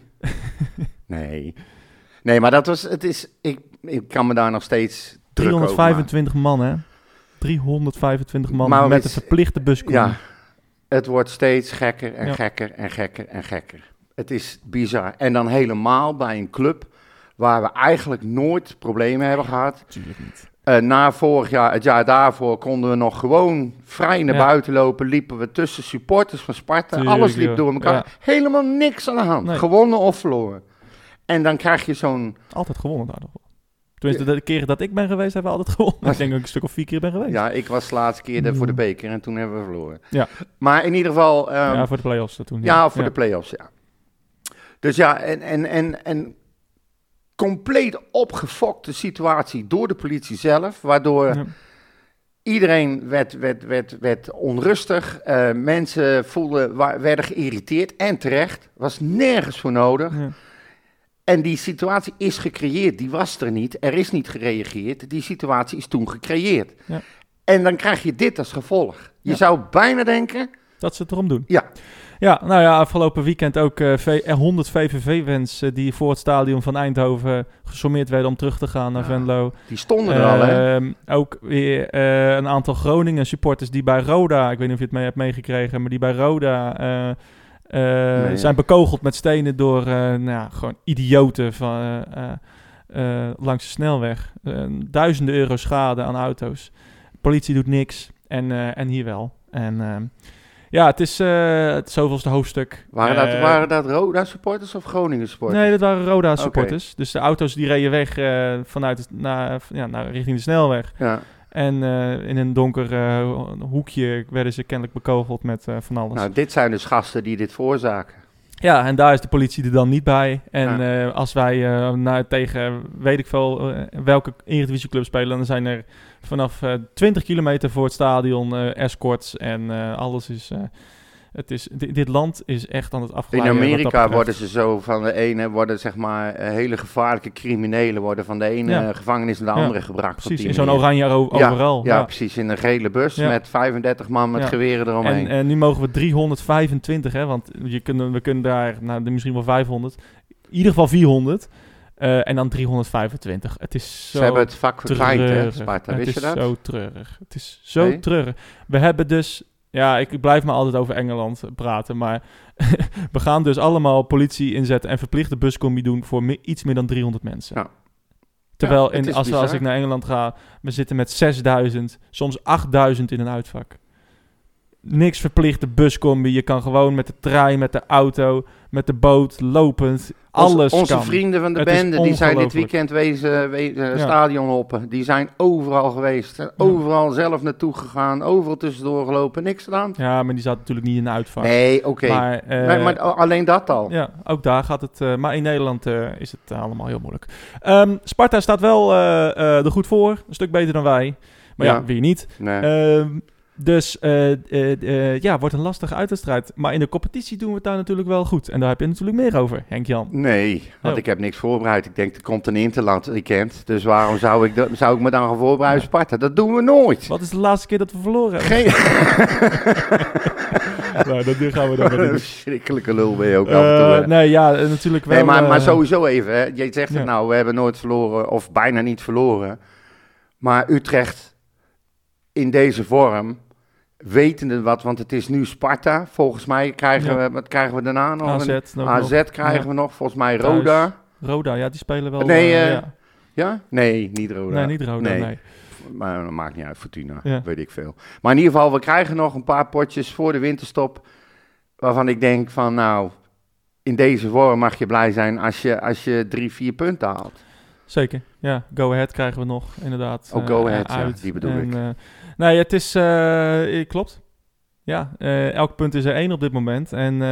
Nee, maar dat was, ik kan me daar nog steeds druk over maken. 325 man, hè? 325 man Maar met is- een verplichte buscombi. Ja, het wordt steeds gekker en Ja. gekker en gekker en gekker. Het is bizar. En dan helemaal bij een club waar we eigenlijk nooit problemen hebben gehad. Natuurlijk niet. Na vorig jaar, het jaar daarvoor, konden we nog gewoon vrij naar Ja. buiten lopen. Liepen we tussen supporters van Sparta. Tuurlijk, Alles liep joh. door elkaar. Ja. Helemaal niks aan de hand. Nee. Gewonnen of verloren. En dan krijg je zo'n... Altijd gewonnen daar nog wel. Tenminste, de keren dat ik ben geweest, hebben we altijd gewonnen. Ik denk dat ik een stuk of 4 keer ben geweest. Ja, ik was de laatste keer voor de beker en toen hebben we verloren. Ja. Maar in ieder geval... Ja, voor de play-offs toen. Ja, voor de play-offs, ja. Dus ja, en compleet opgefokte situatie door de politie zelf, waardoor Ja. Iedereen werd onrustig. Mensen werden geïrriteerd. En terecht. Was nergens voor nodig. Ja. En die situatie is gecreëerd. Die was er niet. Er is niet gereageerd. Die situatie is toen gecreëerd. Ja. En dan krijg je dit als gevolg. Je zou bijna denken... Dat ze het erom doen. Ja. Ja, nou ja, afgelopen weekend ook 100 VVV-fans die voor het stadion van Eindhoven gesommeerd werden om terug te gaan naar Venlo. Die stonden er al, hè? Ook weer een aantal Groningen supporters die bij Roda, ik weet niet of je het hebt meegekregen, maar die bij Roda zijn bekogeld met stenen door gewoon idioten van, langs de snelweg. Duizenden euro schade aan auto's. Politie doet niks en hier wel. En... ja, het is het zoveelste hoofdstuk. Waren dat Roda-supporters of Groningen-supporters? Nee, dat waren Roda-supporters. Okay. Dus de auto's die reden weg vanuit richting de snelweg. Ja. En in een donker hoekje werden ze kennelijk bekogeld met van alles. Nou, dit zijn dus gasten die dit veroorzaken. Ja, en daar is de politie er dan niet bij. En als wij tegen weet ik veel welke Eredivisieclub spelen, dan zijn er vanaf 20 kilometer voor het stadion escorts en alles is... dit land is echt aan het afglijden. In Amerika worden ze zo van de ene, worden zeg maar hele gevaarlijke criminelen worden van de ene gevangenis naar de andere gebracht. Precies, in zo'n oranje overal. Ja, precies, in een gele bus met 35 man met geweren eromheen. En nu mogen we 325, hè, want we kunnen daar misschien wel 500, in ieder geval 400. En dan 325. Het is zo. Ze hebben het vak verkleind, hè, Sparta. Wist je dat? Het is zo treurig. Het is zo treurig. We hebben dus... Ja, ik blijf maar altijd over Engeland praten, maar we gaan dus allemaal politie inzetten en verplichte buscombi doen voor iets meer dan 300 mensen. Ja. Terwijl als ik naar Engeland ga, we zitten met 6000, soms 8000 in een uitvak. Niks verplichte buscombi. Je kan gewoon met de trein, met de auto, met de boot, lopend. Alles Onze kan. Vrienden van de bende, die zijn dit weekend stadion op. Die zijn overal geweest. Overal zelf naartoe gegaan. Overal tussendoor gelopen. Niks gedaan. Ja, maar die zat natuurlijk niet in de uitvak. Nee, oké. Maar alleen dat al. Ja, ook daar gaat het. Maar in Nederland is het allemaal heel moeilijk. Sparta staat wel er goed voor. Een stuk beter dan wij. Maar weer niet. Nee. Dus wordt een lastige uitwedstrijd. Maar in de competitie doen we het daar natuurlijk wel goed. En daar heb je natuurlijk meer over, Henk-Jan. Nee, want ik heb niks voorbereid. Ik denk, er komt een interland weekend. Dus waarom zou ik me dan gaan voorbereiden Sparta? Dat doen we nooit. Wat is de laatste keer dat we verloren hebben? Nou, dat gaan we dan weer doen. Een verschrikkelijke lul ben je ook af en toe. Nee, ja, natuurlijk wel. Nee, maar sowieso even. Hè. Je zegt het we hebben nooit verloren of bijna niet verloren. Maar Utrecht in deze vorm... Wetende wat, want het is nu Sparta. Volgens mij wat krijgen we daarna nog? AZ krijgen we nog. Volgens mij Roda. Roda, ja, die spelen wel. Ja? Nee, niet Roda. Nee, niet Roda, nee. Maar dat maakt niet uit, Fortuna, weet ik veel. Maar in ieder geval, we krijgen nog een paar potjes voor de winterstop. Waarvan ik denk van, nou, in deze vorm mag je blij zijn als je 3-4 punten haalt. Zeker, ja. Go Ahead krijgen we nog, inderdaad. Ook Go Ahead, die bedoel ik. Nee, het is... klopt. Ja, elk punt is er 1 op dit moment.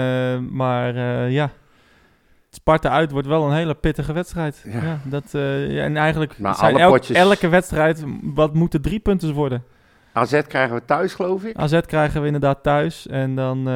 Sparta uit wordt wel een hele pittige wedstrijd. Ja. En eigenlijk zijn elke wedstrijd... Wat moeten 3 punten worden? AZ krijgen we thuis, geloof ik. AZ krijgen we inderdaad thuis. En dan...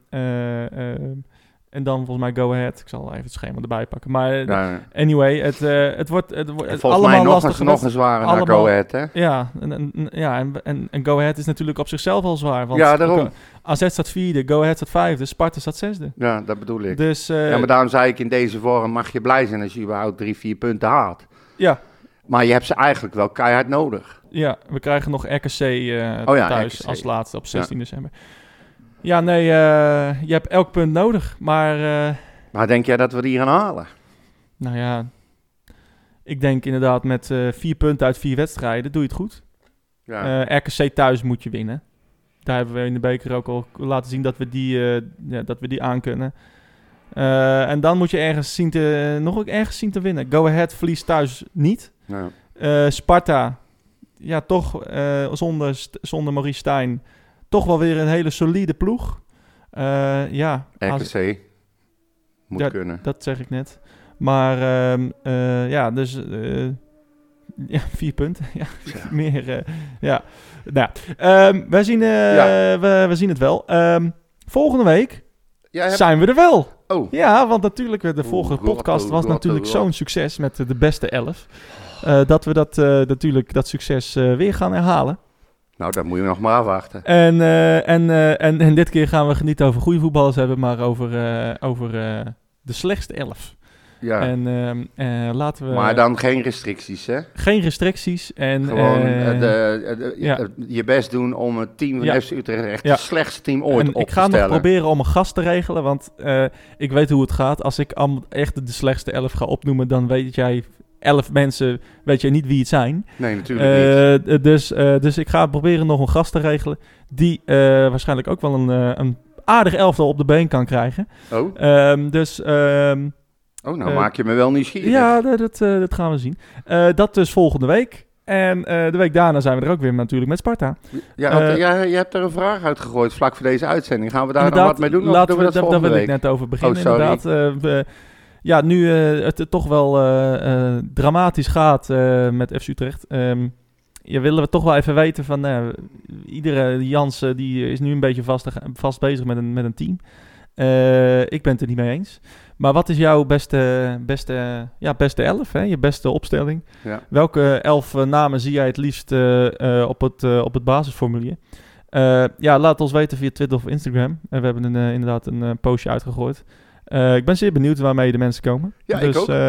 En dan volgens mij Go Ahead. Ik zal even het schema erbij pakken. Maar anyway, het wordt allemaal lastig. Nog een zware naar Go Ahead, hè? Ja, en Go Ahead is natuurlijk op zichzelf al zwaar. Want daarom. AZ staat 4e, Go Ahead staat 5e, Sparta staat 6e. Ja, dat bedoel ik. Dus, maar daarom zei ik in deze vorm mag je blij zijn als je überhaupt 3-4 punten haalt. Ja. Maar je hebt ze eigenlijk wel keihard nodig. Ja, we krijgen nog RKC thuis als laatste op 16 december. Ja, nee, je hebt elk punt nodig, maar... Maar denk jij dat we die gaan halen? Nou ja, ik denk inderdaad met 4 punten uit 4 wedstrijden doe je het goed. Ja. RKC thuis moet je winnen. Daar hebben we in de beker ook al laten zien dat we die aankunnen. En dan moet je ergens zien te winnen. Go Ahead verliest thuis niet. Ja. Sparta, ja toch zonder Maurice Stijn... Toch wel weer een hele solide ploeg. RKC moet kunnen. Dat zeg ik net. Maar Ja, 4 punten. Ja, meer. Ja. Nou, wij zien, we zien het wel. Volgende week zijn we er wel. Oh. Ja, want natuurlijk, de vorige podcast was natuurlijk zo'n succes met de beste 11. Dat we dat succes weer gaan herhalen. Nou, dat moet je nog maar afwachten. En dit keer gaan we niet over goede voetballers hebben, maar over de slechtste 11. Ja. En laten we... Maar dan geen restricties, hè? Geen restricties. En, gewoon je best doen om het team van FC Utrecht het slechtste team ooit op te ik ga stellen. nog proberen om een gast te regelen, want ik weet hoe het gaat. Als ik echt de slechtste 11 ga opnoemen, dan weet jij... 11 mensen, weet je niet wie het zijn. Nee, natuurlijk niet. Dus ik ga proberen nog een gast te regelen... die waarschijnlijk ook wel een aardig elftal op de been kan krijgen. Nou maak je me wel nieuwsgierig. Ja, dat gaan we zien. Dat dus volgende week. En de week daarna zijn we er ook weer natuurlijk met Sparta. Ja, je hebt er een vraag uitgegooid vlak voor deze uitzending. Gaan we daar dan wat mee doen? Of doen we dat volgende week? Daar wil ik net over beginnen, inderdaad. Nu het toch wel dramatisch gaat met FC Utrecht. Willen we toch wel even weten van... iedere Jans die is nu een beetje vast bezig met een team. Ik ben het er niet mee eens. Maar wat is jouw beste 11, hè? Je beste opstelling? Ja. Welke 11 namen zie jij het liefst op het basisformulier? Laat ons weten via Twitter of Instagram. We hebben inderdaad een postje uitgegooid. Ik ben zeer benieuwd waarmee de mensen komen. Ja, dus, ik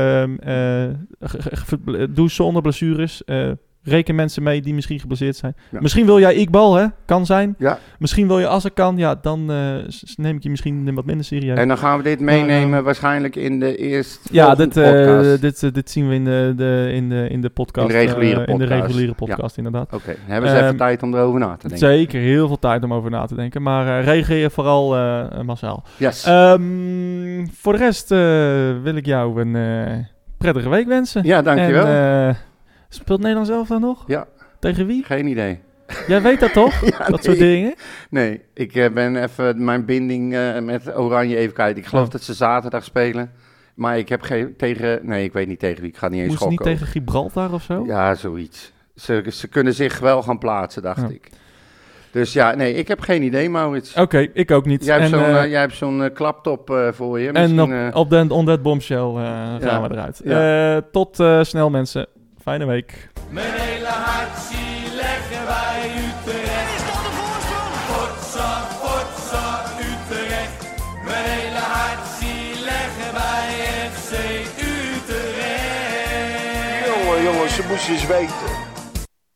ook. Doe zonder blessures. Reken mensen mee die misschien geblesseerd zijn. Ja. Misschien wil jij Iqbal, hè? Kan zijn. Ja. Misschien wil je Azarkan. Ja, dan neem ik je misschien wat minder serieus. En dan gaan we dit meenemen waarschijnlijk in de eerste podcast. Dit zien we in de podcast. In de reguliere podcast, inderdaad. Oké, dan hebben ze even tijd om erover na te denken. Zeker, heel veel tijd om over na te denken. Maar reageer vooral massaal. Yes. Voor de rest wil ik jou een prettige week wensen. Ja, dankjewel. Speelt Nederland zelf dan nog? Ja. Tegen wie? Geen idee. Jij weet dat toch? Dat soort dingen? Nee, ik ben even mijn binding met Oranje even kwijt. Ik geloof dat ze zaterdag spelen. Maar ik heb ik weet niet tegen wie. Ik ga niet eens gokken. Moest niet tegen Gibraltar of zo? Ja, zoiets. Ze kunnen zich wel gaan plaatsen, dacht ik. Dus ik heb geen idee, Maurits. Oké, ik ook niet. Jij hebt zo'n klaptop voor je. En op On That Bombshell gaan we eruit. Ja. Tot snel, mensen. Fijne week. Mijn hele hart leggen wij Utrecht. Is dat de voorsprong? Potsa, potsa, Utrecht. Mijn hele hart leggen wij FC Utrecht. Jongens, ze moesten eens weten.